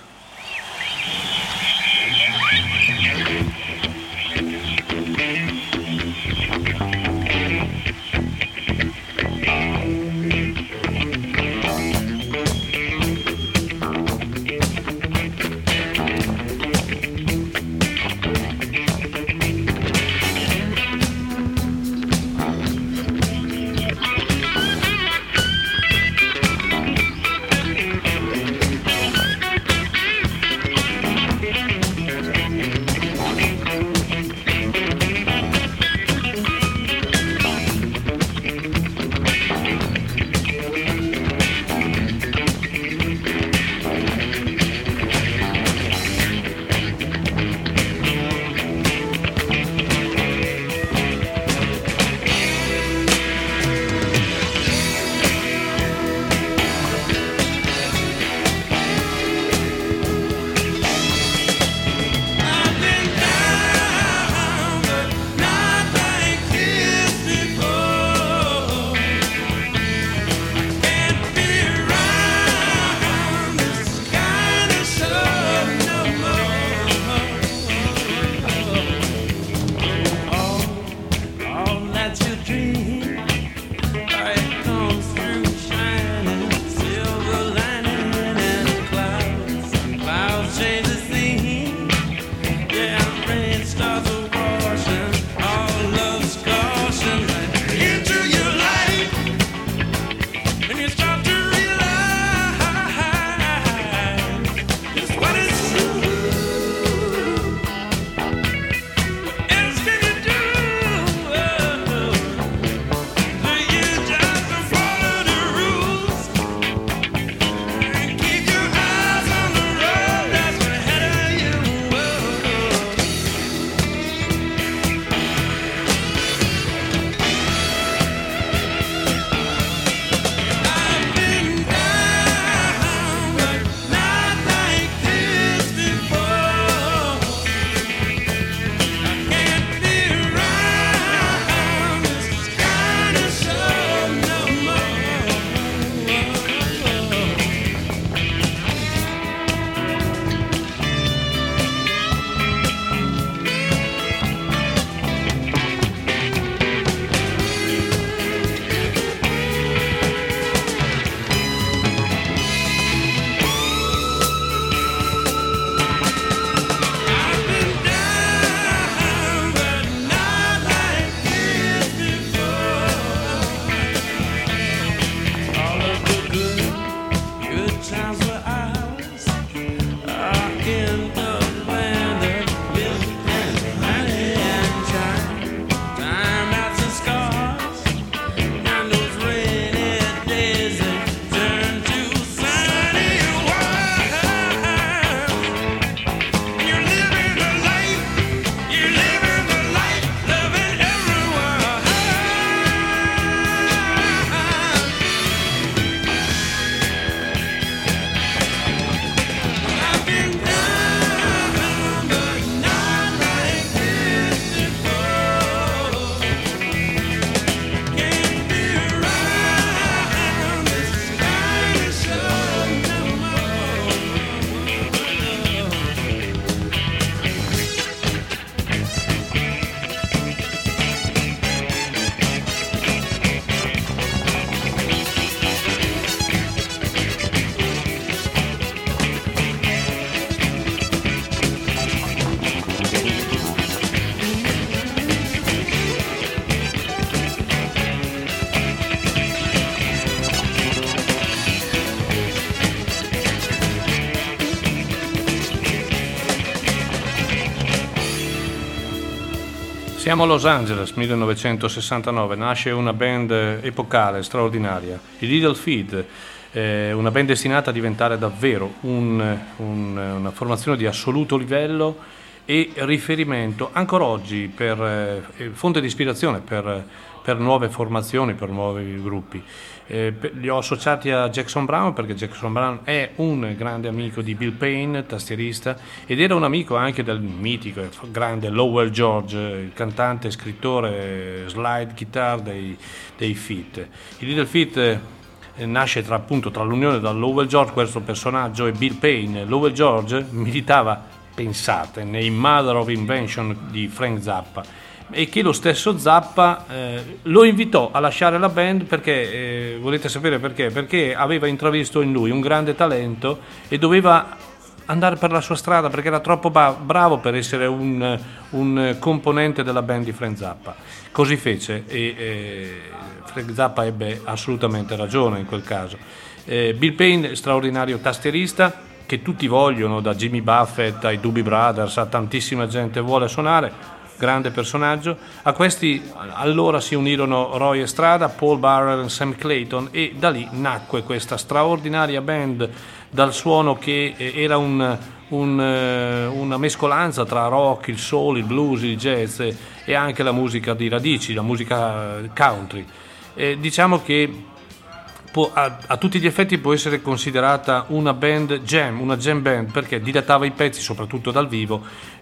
Siamo a Los Angeles, millenovecentosessantanove, nasce una band epocale, straordinaria, i Little Feat, eh, una band destinata a diventare davvero un, un, una formazione di assoluto livello e riferimento ancora oggi per eh, fonte di ispirazione per, per nuove formazioni, per nuovi gruppi. Eh, li ho associati a Jackson Browne perché Jackson Browne è un grande amico di Bill Payne, tastierista, ed era un amico anche del mitico e grande Lowell George, il cantante e scrittore slide guitar dei, dei Feat. I Little Feat eh, nasce tra, appunto, tra l'unione da Lowell George, questo personaggio, e Bill Payne. Lowell George militava, pensate, nei Mother of Invention di Frank Zappa, e che lo stesso Zappa eh, lo invitò a lasciare la band perché, eh, volete sapere perché? Perché aveva intravisto in lui un grande talento e doveva andare per la sua strada perché era troppo ba- bravo per essere un, un componente della band di Frank Zappa. Così fece e eh, Frank Zappa ebbe assolutamente ragione in quel caso. Eh, Bill Payne, straordinario tastierista che tutti vogliono, da Jimmy Buffett ai Doobie Brothers a tantissima gente vuole suonare, grande personaggio. A questi allora si unirono Roy Estrada, Paul Barrel e Sam Clayton, e da lì nacque questa straordinaria band dal suono che era un, un, una mescolanza tra rock, il soul, il blues, il jazz e anche la musica di radici, la musica country. E diciamo che può, a, a tutti gli effetti può essere considerata una band jam, una jam band, perché dilatava i pezzi soprattutto dal vivo,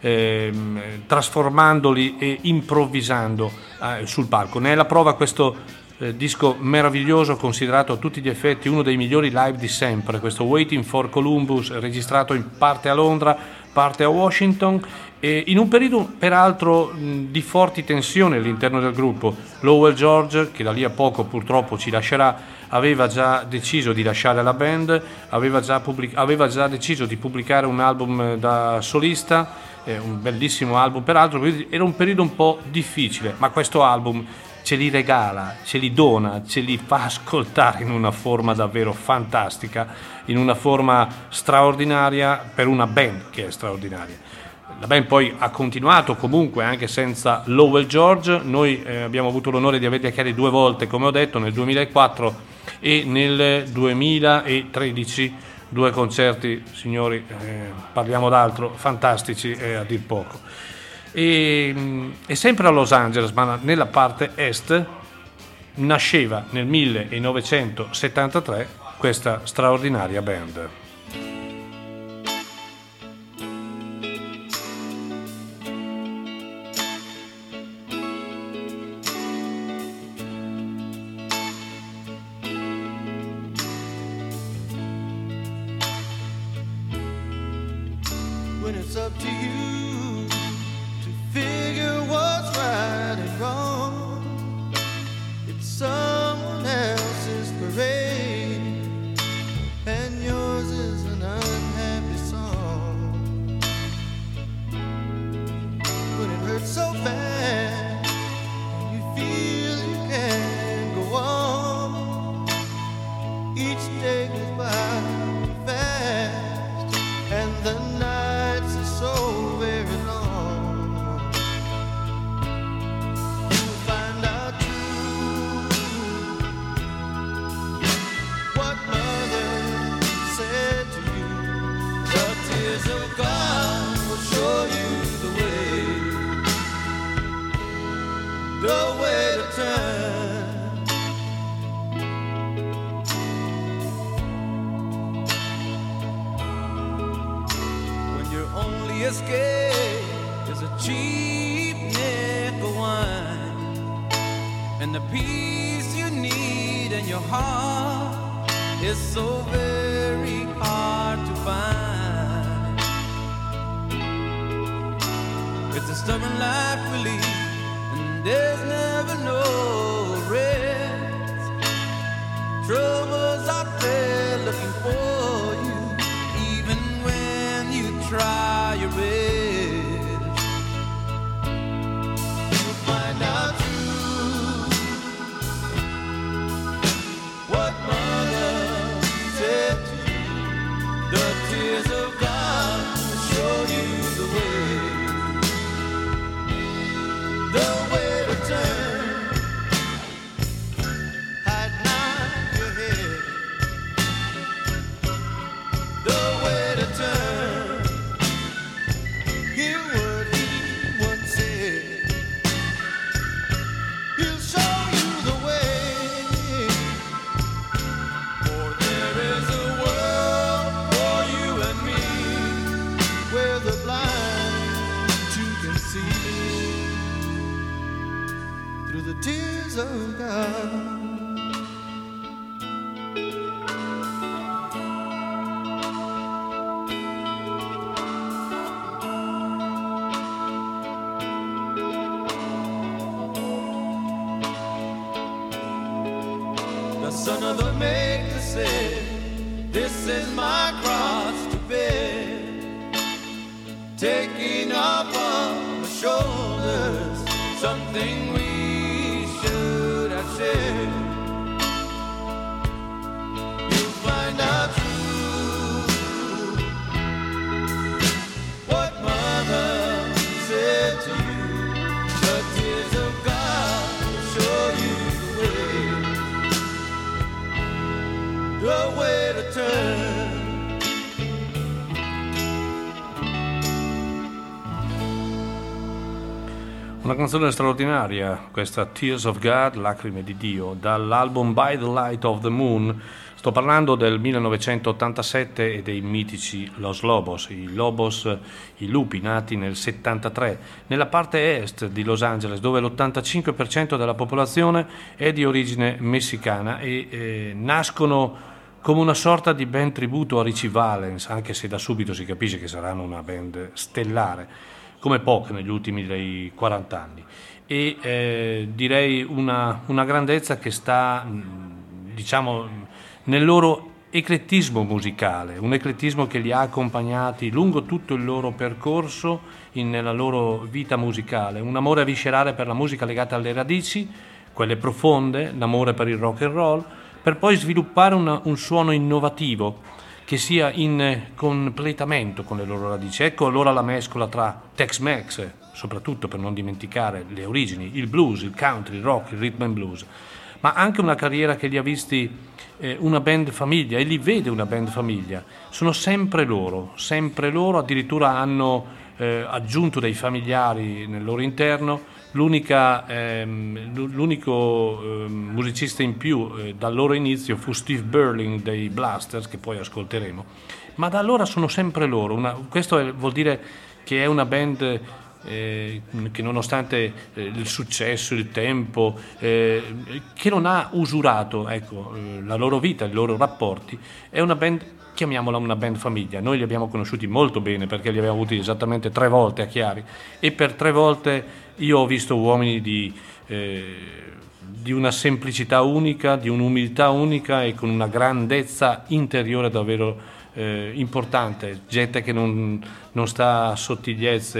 ehm, trasformandoli e improvvisando eh, sul palco. Ne è la prova questo eh, disco meraviglioso, considerato a tutti gli effetti uno dei migliori live di sempre, questo Waiting for Columbus, registrato in parte a Londra, parte a Washington, e in un periodo peraltro mh, di forti tensioni all'interno del gruppo. Lowell George, che da lì a poco purtroppo ci lascerà, aveva già deciso di lasciare la band, aveva già, pubblic- aveva già deciso di pubblicare un album da solista, eh, un bellissimo album peraltro, quindi era un periodo un po' difficile, ma questo album ce li regala, ce li dona, ce li fa ascoltare in una forma davvero fantastica, in una forma straordinaria per una band che è straordinaria. La band poi ha continuato comunque anche senza Lowell George. Noi eh, abbiamo avuto l'onore di averli a Chiari due volte, come ho detto, nel duemilaquattro e nel duemilatredici, due concerti, signori, eh, parliamo d'altro, fantastici eh, a dir poco. E, e sempre a Los Angeles, ma nella parte est, nasceva nel millenovecentosettantatré questa straordinaria band. When it's up to you to figure what's right and wrong, it's someone else's parade, and yours is an unhappy song. When it hurts so bad, you feel you can't go on. Each day goes by fast, and the nights are so very long. You'll find out true what mother said to you. The tears of God will show you the way, the way to turn. Only escape is a cheap nickel wine, and the peace you need in your heart is so very hard to find. It's a stubborn life we lead, and there's never no rest. Troubles out there looking for you, even when you try your best. You'll find out true what mother said to you. The tears of God will show you the way, the see through the tears of God. The son of the maker said, this is my cross to bear, taking up on the shoulders something we should have shared. You'll find out true what mother said to you. The tears of God will show you the way, the way to turn. Una canzone straordinaria, questa Tears of God, Lacrime di Dio, dall'album By the Light of the Moon. Sto parlando del millenovecentottantasette e dei mitici Los Lobos, i Lobos, i lupi nati nel settantatré, nella parte est di Los Angeles, dove l'ottantacinque per cento della popolazione è di origine messicana e eh, nascono come una sorta di band tributo a Richie Valens, anche se da subito si capisce che saranno una band stellare, come poche negli ultimi dei quaranta anni. E eh, direi una, una grandezza che sta, diciamo, nel loro eclettismo musicale, un eclettismo che li ha accompagnati lungo tutto il loro percorso in, nella loro vita musicale, un amore viscerale per la musica legata alle radici, quelle profonde, l'amore per il rock and roll, per poi sviluppare una, un suono innovativo che sia in completamento con le loro radici. Ecco allora la mescola tra Tex-Mex, soprattutto per non dimenticare le origini, il blues, il country, il rock, il rhythm and blues, ma anche una carriera che li ha visti eh, una band famiglia, e li vede una band famiglia. Sono sempre loro, sempre loro, addirittura hanno eh, aggiunto dei familiari nel loro interno. L'unica, ehm, l'unico eh, musicista in più eh, dal loro inizio fu Steve Burling dei Blasters, che poi ascolteremo, ma da allora sono sempre loro. Una, questo è, vuol dire che è una band eh, che nonostante eh, il successo, il tempo, eh, che non ha usurato ecco, eh, la loro vita, i loro rapporti, è una band, chiamiamola una band famiglia. Noi li abbiamo conosciuti molto bene perché li abbiamo avuti esattamente tre volte a Chiari, e per tre volte io ho visto uomini di, eh, di una semplicità unica, di un'umiltà unica e con una grandezza interiore davvero eh, importante, gente che non, non sta a sottigliezze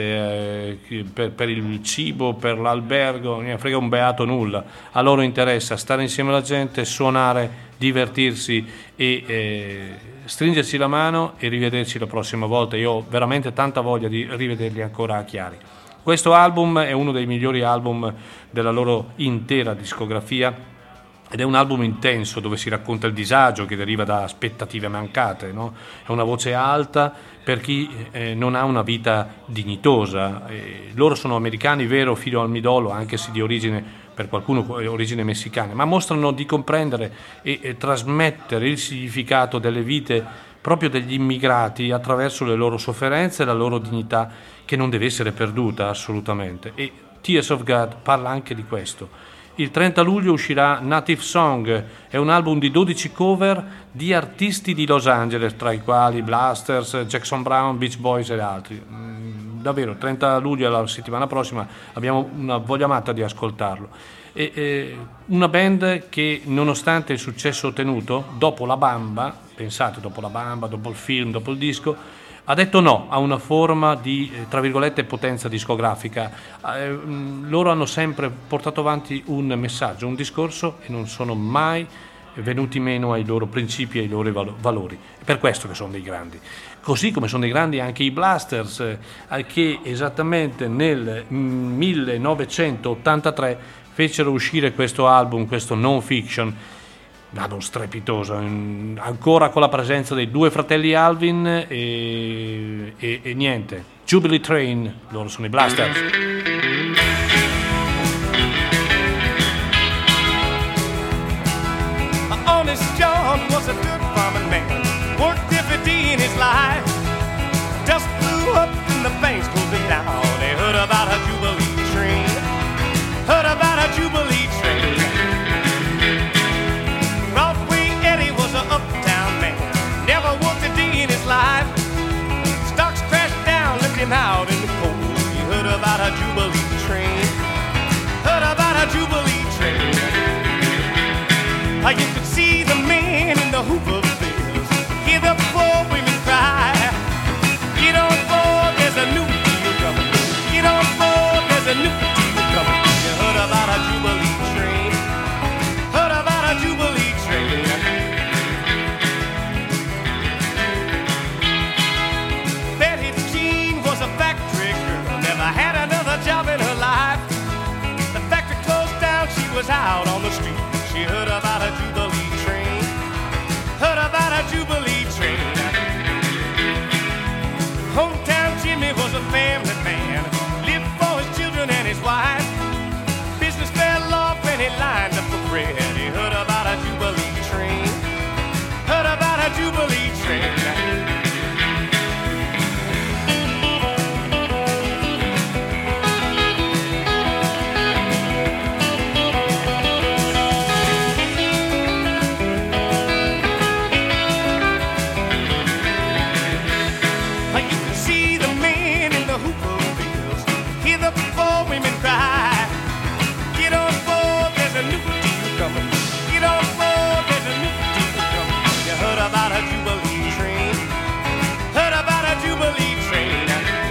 eh, per, per il cibo, per l'albergo, non ne frega un beato nulla. A loro interessa stare insieme alla gente, suonare, divertirsi e eh, stringersi la mano e rivederci la prossima volta. Io ho veramente tanta voglia di rivederli ancora a Chiari. Questo album è uno dei migliori album della loro intera discografia ed è un album intenso dove si racconta il disagio che deriva da aspettative mancate, no? È una voce alta per chi eh, non ha una vita dignitosa. Eh, loro sono americani, vero, filo al midollo, anche se di origine, per qualcuno origine messicana, ma mostrano di comprendere e, e trasmettere il significato delle vite proprio degli immigrati attraverso le loro sofferenze e la loro dignità, che non deve essere perduta assolutamente. E Tears of God parla anche di questo. Il trenta luglio uscirà Native Song, è un album di dodici cover di artisti di Los Angeles, tra i quali Blasters, Jackson Brown, Beach Boys ed altri. Davvero, trenta luglio, la settimana prossima, abbiamo una voglia matta di ascoltarlo. E, e, una band che, nonostante il successo ottenuto, dopo la Bamba, pensate, dopo la Bamba, dopo il film, dopo il disco, ha detto no a una forma di, tra virgolette, potenza discografica. Eh, loro hanno sempre portato avanti un messaggio, un discorso, e non sono mai venuti meno ai loro principi e ai loro valori. È per questo che sono dei grandi. Così come sono dei grandi anche i Blasters, eh, che esattamente nel millenovecentottantatré fecero uscire questo album, questo Non Fiction, un album strepitoso, ancora con la presenza dei due fratelli Alvin e, e, e niente, Jubilee Train, loro sono i Blasters. Honest John was a good farming man, worked every day in his life, just blew up in the banks closing down. They heard about a about a Jubilee train. Heard about a Jubilee train. Uh, You could see the man in the Hoovervilles, hear the poor women cry. Get on board, there's a new deal coming. Get on board, there's a new deal coming. You heard about a Jubilee train. Heard about a Jubilee train. Betty Jean was a factory girl, never had another job in her life. The factory closed down, she was out on the street. She heard about a Jubilee train. Heard about a Jubilee train. Hometown Jimmy was a family man, lived for his children and his wife. Business fell off and he lined up for bread. He heard about a Jubilee train. Heard about a Jubilee train. You can see the men in the Hoovervilles, hear the poor women cry. Get on board, there's a new deal coming. Get on board, there's a new deal coming. You heard about a Jubilee train. Heard about a Jubilee train.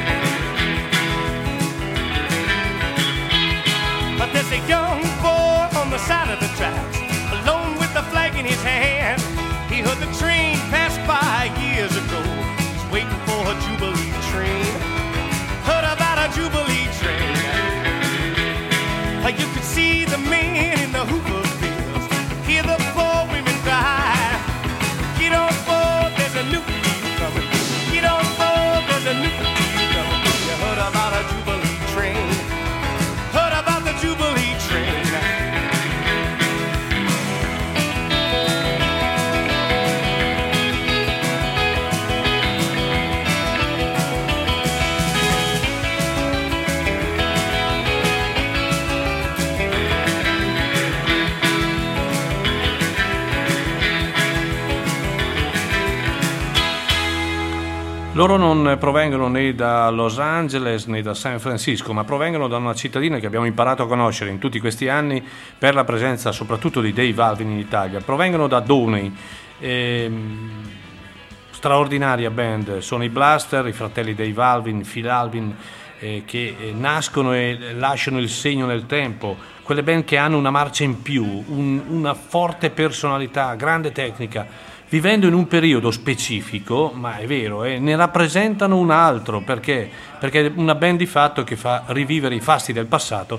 But there's a young boy on the side of the tracks, alone with the flag in his hand. He heard the train pass by years ago. He's waiting for a Jubilee train. Heard about a Jubilee train. Uh, You could see the men in the Hoovervilles, hear the poor women cry. Get on board, there's a new deal coming. Get on board, there's a new deal coming. You heard about a Jubilee train. Heard about the Jubilee train. Loro non provengono né da Los Angeles né da San Francisco, ma provengono da una cittadina che abbiamo imparato a conoscere in tutti questi anni per la presenza soprattutto di Dave Alvin in Italia. Provengono da Downey. Ehm, straordinaria band, sono i Blaster, i fratelli Dave Alvin, Phil Alvin, eh, che eh, nascono e lasciano il segno nel tempo, quelle band che hanno una marcia in più, un- una forte personalità, grande tecnica, vivendo in un periodo specifico, ma è vero, eh, ne rappresentano un altro, perché? Perché è una band di fatto che fa rivivere i fasti del passato,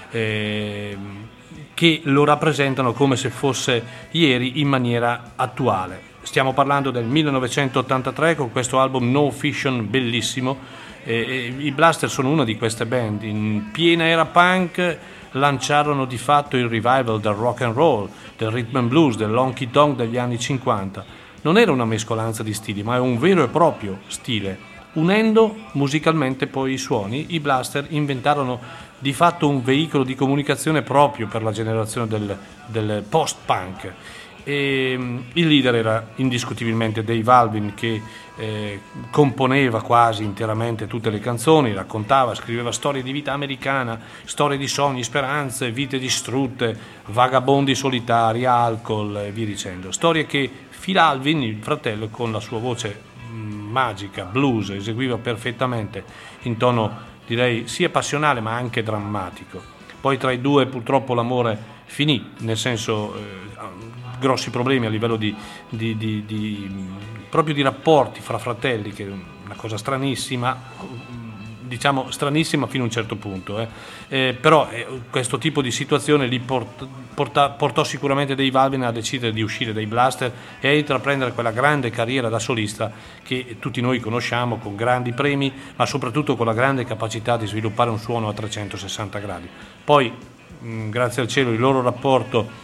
eh, che lo rappresentano come se fosse ieri in maniera attuale. Stiamo parlando del millenovecentottantatré con questo album No Fiction bellissimo. Eh, eh, I Blaster sono una di queste band, in piena era punk lanciarono di fatto il revival del rock and roll, del rhythm and blues, dell'honky tonk degli anni cinquanta. Non era una mescolanza di stili, ma è un vero e proprio stile. Unendo musicalmente poi i suoni, i Blaster inventarono di fatto un veicolo di comunicazione proprio per la generazione del, del post-punk. E il leader era indiscutibilmente Dave Alvin, che eh, componeva quasi interamente tutte le canzoni, raccontava, scriveva storie di vita americana, storie di sogni, speranze, vite distrutte, vagabondi solitari, alcol e via dicendo. Storie che Phil Alvin, il fratello, con la sua voce mh, magica, blues, eseguiva perfettamente in tono, direi, sia passionale ma anche drammatico. Poi tra i due purtroppo l'amore finì, nel senso eh, grossi problemi a livello di, di, di, di proprio di rapporti fra fratelli, che è una cosa stranissima, diciamo stranissima fino a un certo punto, eh. Eh, però eh, questo tipo di situazione li port, porta, portò sicuramente Dave Alvin a decidere di uscire dai Blaster e a intraprendere quella grande carriera da solista che tutti noi conosciamo, con grandi premi ma soprattutto con la grande capacità di sviluppare un suono a trecentosessanta gradi. Poi mh, grazie al cielo il loro rapporto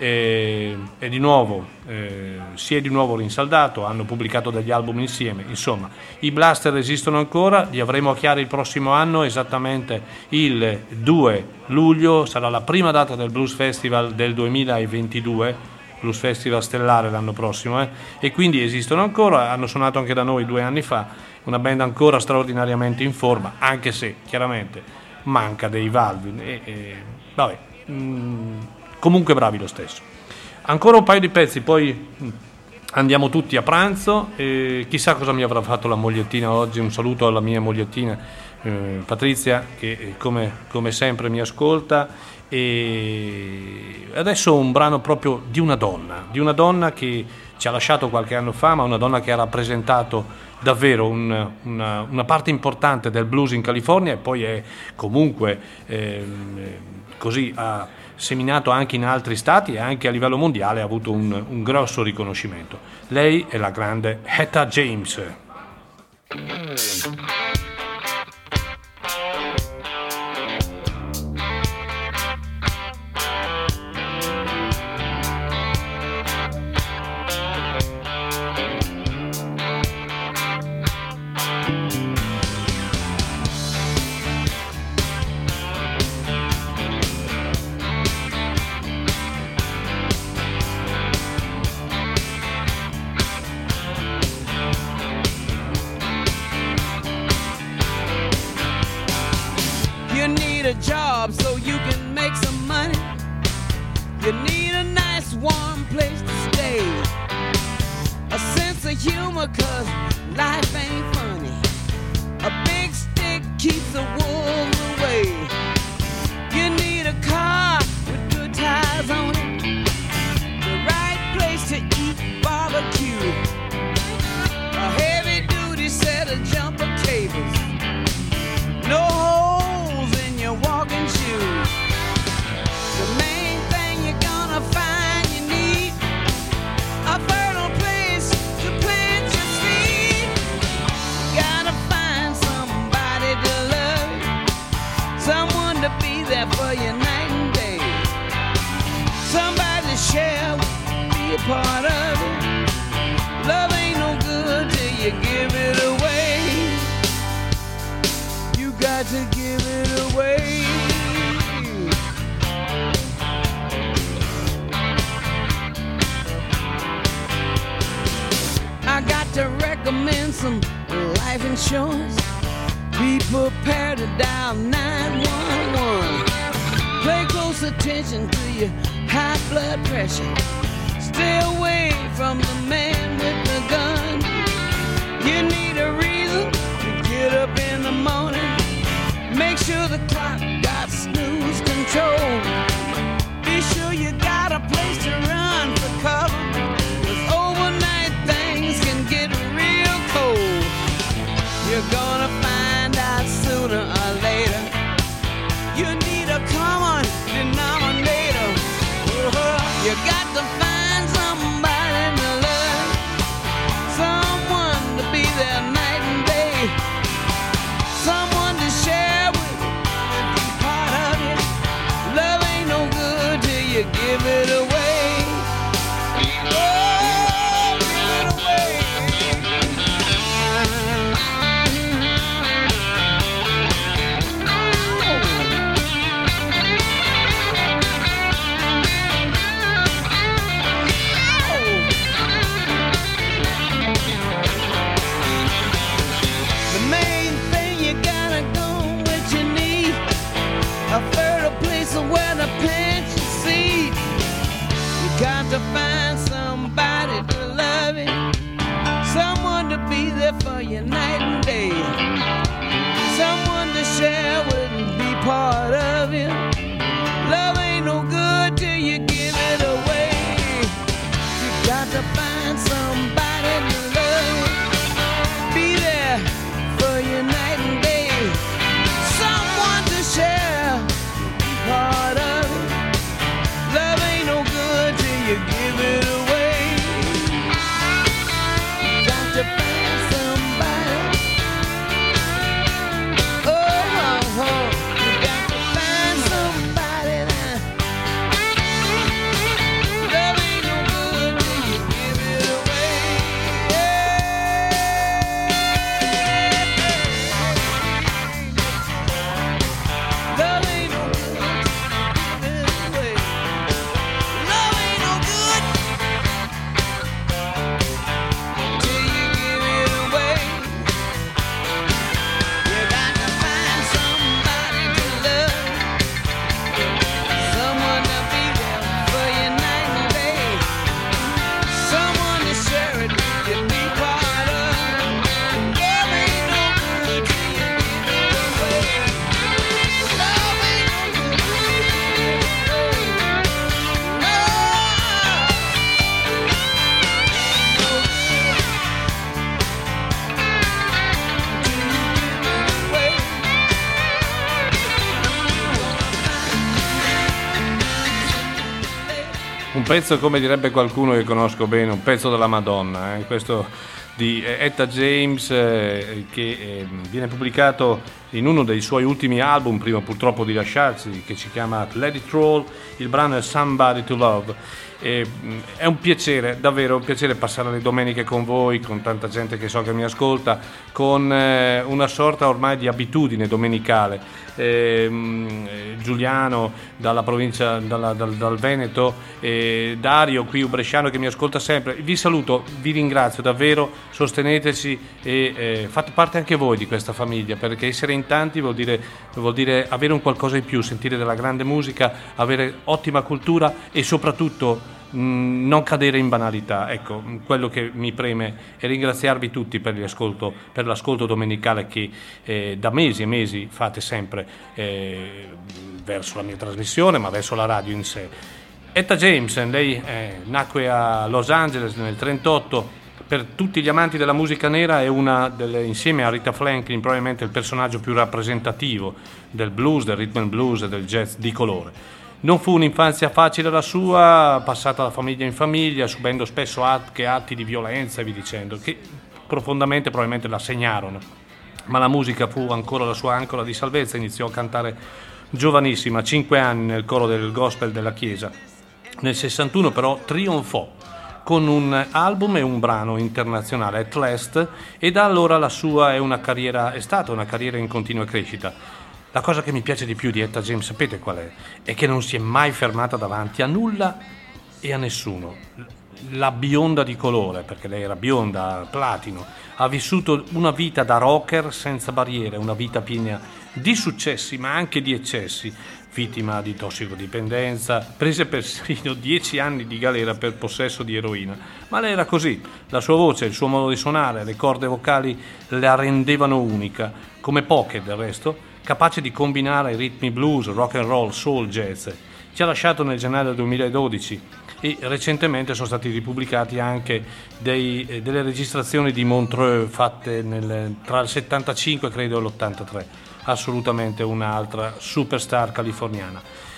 E, e di nuovo eh, si è di nuovo rinsaldato, hanno pubblicato degli album insieme. Insomma, i Blaster esistono ancora, li avremo a Chiari il prossimo anno, esattamente il due luglio sarà la prima data del Blues Festival del duemilaventidue, Blues Festival stellare l'anno prossimo, eh? E quindi esistono ancora, hanno suonato anche da noi due anni fa, una band ancora straordinariamente in forma, anche se chiaramente manca dei Valve. E, e, vabbè, mh, comunque bravi lo stesso. Ancora un paio di pezzi, poi mh, andiamo tutti a pranzo. E chissà cosa mi avrà fatto la mogliettina oggi. Un saluto alla mia mogliettina eh, Patrizia, che come, come sempre mi ascolta. E adesso un brano proprio di una donna, di una donna che ci ha lasciato qualche anno fa, ma una donna che ha rappresentato davvero un, una, una parte importante del blues in California, e poi è comunque eh, così ha seminato anche in altri stati e anche a livello mondiale ha avuto un, un grosso riconoscimento. Lei è la grande Etta James. Job so you can make some money. You need a nice warm place to stay. A sense of humor, cause life ain't funny. A big stick keeps the wolves away. You need a car with good tires on it. The right place to eat barbecue. A heavy duty set of jumper cables. No holes in your walking shoes. The main thing you're gonna find you need a fertile place to plant your seed. You gotta find somebody to love you, someone to be there for you night and day, somebody to share, be a part of it. Love ain't no good till you give it away. You got to give it away. I got to recommend some life insurance. Be prepared to dial nine one one. Pay close attention to your high blood pressure. Stay away from the man with the gun. You need a reason to get up in the morning. Make sure the clock got snooze control. Be sure you got a place to run for cover, 'cause overnight things can get real cold. You're gonna find out sooner or later. You need a common denominator. You got to find somebody to love, someone to be there night and day, someone to share with and be part of it. Love ain't no good till you give it away. Oh, give it away. The main thing you gotta go what you need, a fertile place where to plant your seed. You got to find somebody to love you, someone to be there for you night and day, someone to share with and be part of you. Love ain't no good till you give it away. You got to find somebody to love you, be there for you night and day, someone to share, be part of it. Love ain't no good till you give it away. You got to find somebody. Oh, oh, oh. You got to find somebody. un pezzo, come direbbe qualcuno che conosco bene, un pezzo della Madonna, eh? Questo di Etta James, eh, che eh, viene pubblicato in uno dei suoi ultimi album, prima purtroppo di lasciarsi, che si chiama Let It Roll. Il brano è Somebody to Love. E, mh, è un piacere, davvero un piacere passare le domeniche con voi, con tanta gente che so che mi ascolta, con eh, una sorta ormai di abitudine domenicale. Eh, mh, Giuliano dalla provincia, dalla, dal, dal Veneto, eh, Dario qui bresciano che mi ascolta sempre, vi saluto, vi ringrazio davvero, sosteneteci e eh, fate parte anche voi di questa famiglia, perché essere in tanti vuol dire, vuol dire avere un qualcosa in più, sentire della grande musica, avere ottima cultura e soprattutto mh, non cadere in banalità. Ecco, quello che mi preme è ringraziarvi tutti per l'ascolto, per l'ascolto domenicale che eh, da mesi e mesi fate sempre eh, verso la mia trasmissione, ma verso la radio in sé. Etta James, lei eh, nacque a Los Angeles nel trentotto. Per tutti gli amanti della musica nera è una delle, insieme a Rita Franklin, probabilmente il personaggio più rappresentativo del blues, del rhythm and blues e del jazz di colore. Non fu un'infanzia facile la sua, passata da famiglia in famiglia, subendo spesso anche atti di violenza e via dicendo, che profondamente probabilmente la segnarono. Ma la musica fu ancora la sua ancora di salvezza, iniziò a cantare giovanissima, a cinque anni nel coro del gospel della chiesa. Nel sessantuno però trionfò con un album e un brano internazionale, At Last, e da allora la sua è una carriera, è stata una carriera in continua crescita. La cosa che mi piace di più di Etta James, sapete qual è? È che non si è mai fermata davanti a nulla e a nessuno. La bionda di colore, perché lei era bionda, platino, ha vissuto una vita da rocker senza barriere, una vita piena di successi ma anche di eccessi, vittima di tossicodipendenza, prese persino dieci anni di galera per possesso di eroina. Ma lei era così, la sua voce, il suo modo di suonare, le corde vocali la rendevano unica, come poche del resto, capace di combinare ritmi blues, rock and roll, soul, jazz. Ci ha lasciato nel gennaio duemiladodici e recentemente sono stati ripubblicati anche dei, eh, delle registrazioni di Montreux fatte nel, tra il settantacinque credo e l'ottantatré. Assolutamente un'altra superstar californiana.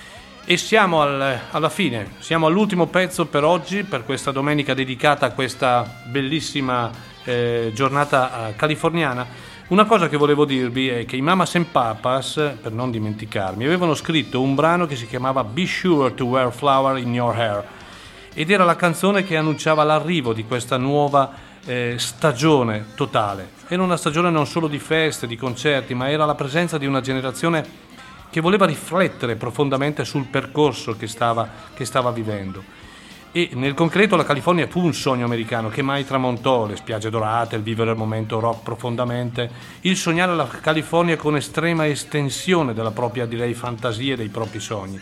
E siamo al, alla fine, siamo all'ultimo pezzo per oggi, per questa domenica dedicata a questa bellissima eh, giornata eh, californiana. Una cosa che volevo dirvi è che i Mamas and Papas, per non dimenticarmi, avevano scritto un brano che si chiamava Be Sure to Wear Flower in Your Hair, ed era la canzone che annunciava l'arrivo di questa nuova Eh, stagione totale. Era una stagione non solo di feste, di concerti, ma era la presenza di una generazione che voleva riflettere profondamente sul percorso che stava, che stava vivendo. E nel concreto la California fu un sogno americano che mai tramontò, le spiagge dorate, il vivere il momento rock profondamente, il sognare la California con estrema estensione della propria, direi, fantasia e dei propri sogni.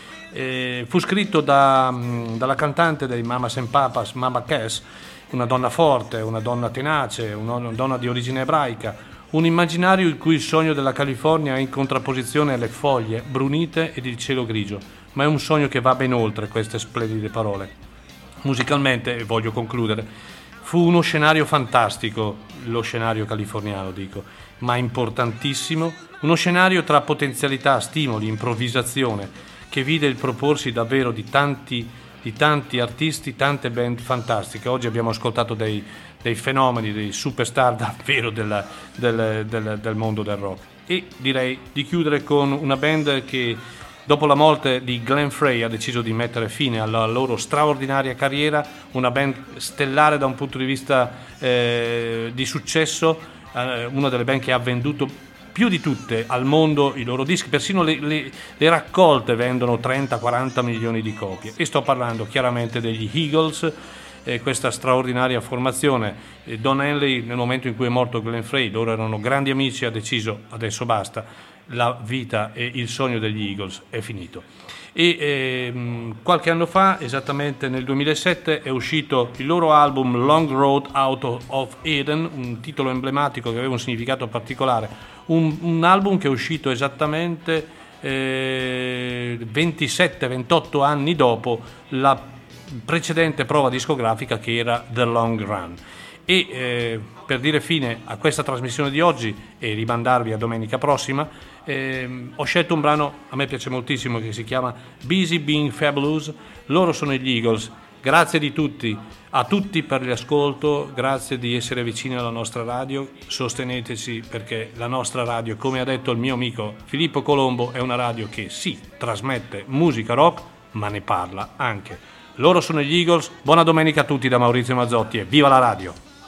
E fu scritto da, dalla cantante dei Mamas and Papas, Mama Cass, una donna forte, una donna tenace, una donna di origine ebraica, un immaginario in cui il sogno della California è in contrapposizione alle foglie brunite ed il cielo grigio, ma è un sogno che va ben oltre queste splendide parole. Musicalmente, e voglio concludere, fu uno scenario fantastico, lo scenario californiano dico, ma importantissimo, uno scenario tra potenzialità, stimoli, improvvisazione, che vide il proporsi davvero di tanti di tanti artisti, tante band fantastiche. Oggi abbiamo ascoltato dei, dei fenomeni, dei superstar davvero della, del, del, del mondo del rock. E direi di chiudere con una band che dopo la morte di Glenn Frey ha deciso di mettere fine alla loro straordinaria carriera, una band stellare da un punto di vista eh, di successo, eh, una delle band che ha venduto più di tutte al mondo i loro dischi, persino le, le, le raccolte vendono trenta quaranta milioni di copie, e sto parlando chiaramente degli Eagles, eh, questa straordinaria formazione. eh, Don Henley, nel momento in cui è morto Glenn Frey, loro erano grandi amici, ha deciso adesso basta, la vita e il sogno degli Eagles è finito. E ehm, qualche anno fa, esattamente nel duemilasette, è uscito il loro album Long Road Out of Eden, un titolo emblematico che aveva un significato particolare, un, un album che è uscito esattamente eh, ventisette ventotto anni dopo la precedente prova discografica, che era The Long Run. E eh, per dire fine a questa trasmissione di oggi e rimandarvi a domenica prossima, eh, ho scelto un brano, a me piace moltissimo, che si chiama Busy Being Fabulous. Loro sono gli Eagles. Grazie di tutti, a tutti per l'ascolto, grazie di essere vicini alla nostra radio, sosteneteci perché la nostra radio, come ha detto il mio amico Filippo Colombo, è una radio che sì, trasmette musica rock, ma ne parla anche. Loro sono gli Eagles, buona domenica a tutti da Maurizio Mazzotti e viva la radio!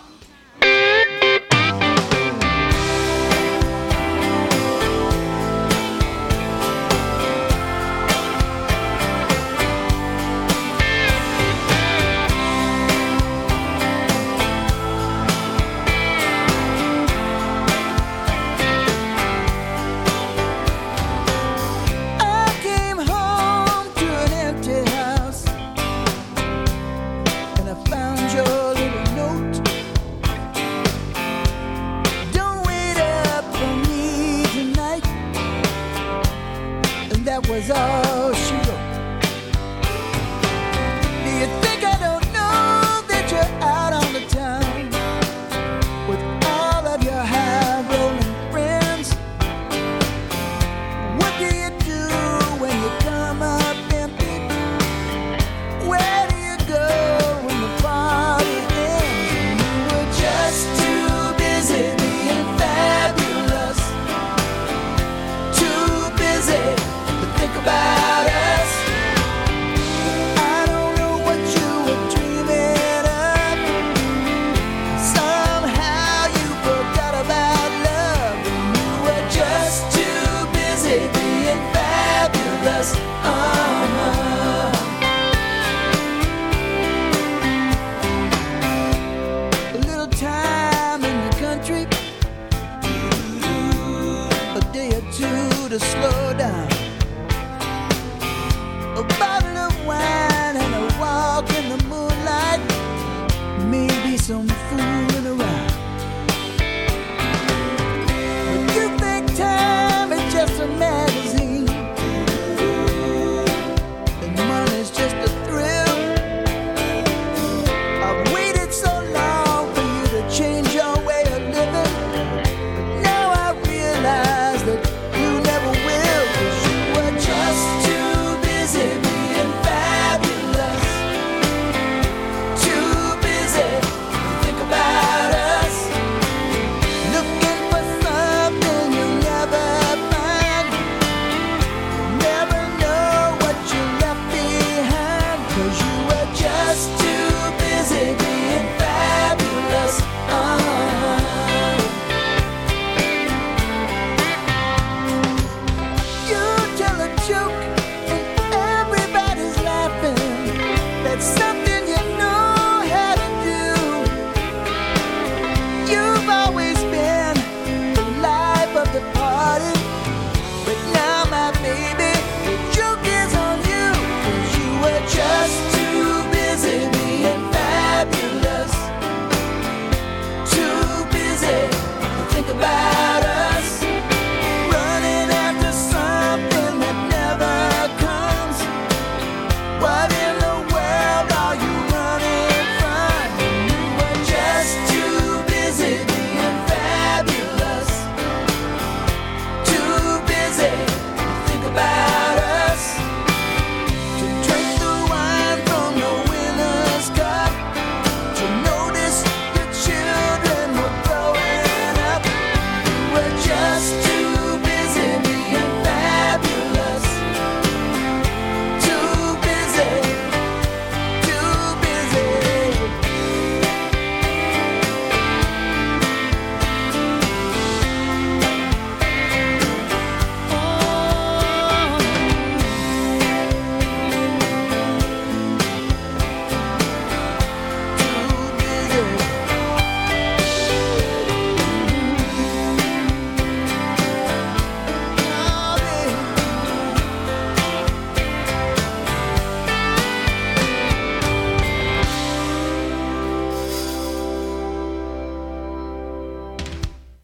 Was all she wrote. Do you think I don't know that you're out on the town with all of your high rolling friends? What do you do when you come up empty? Where do you go when the party ends? You were just too busy being fabulous, too busy think about us. I don't know what you were dreaming of. Somehow you forgot about love. You were just too busy being fabulous. Uh-huh. A little time in the country, a day or two to slow down. A bottle of wine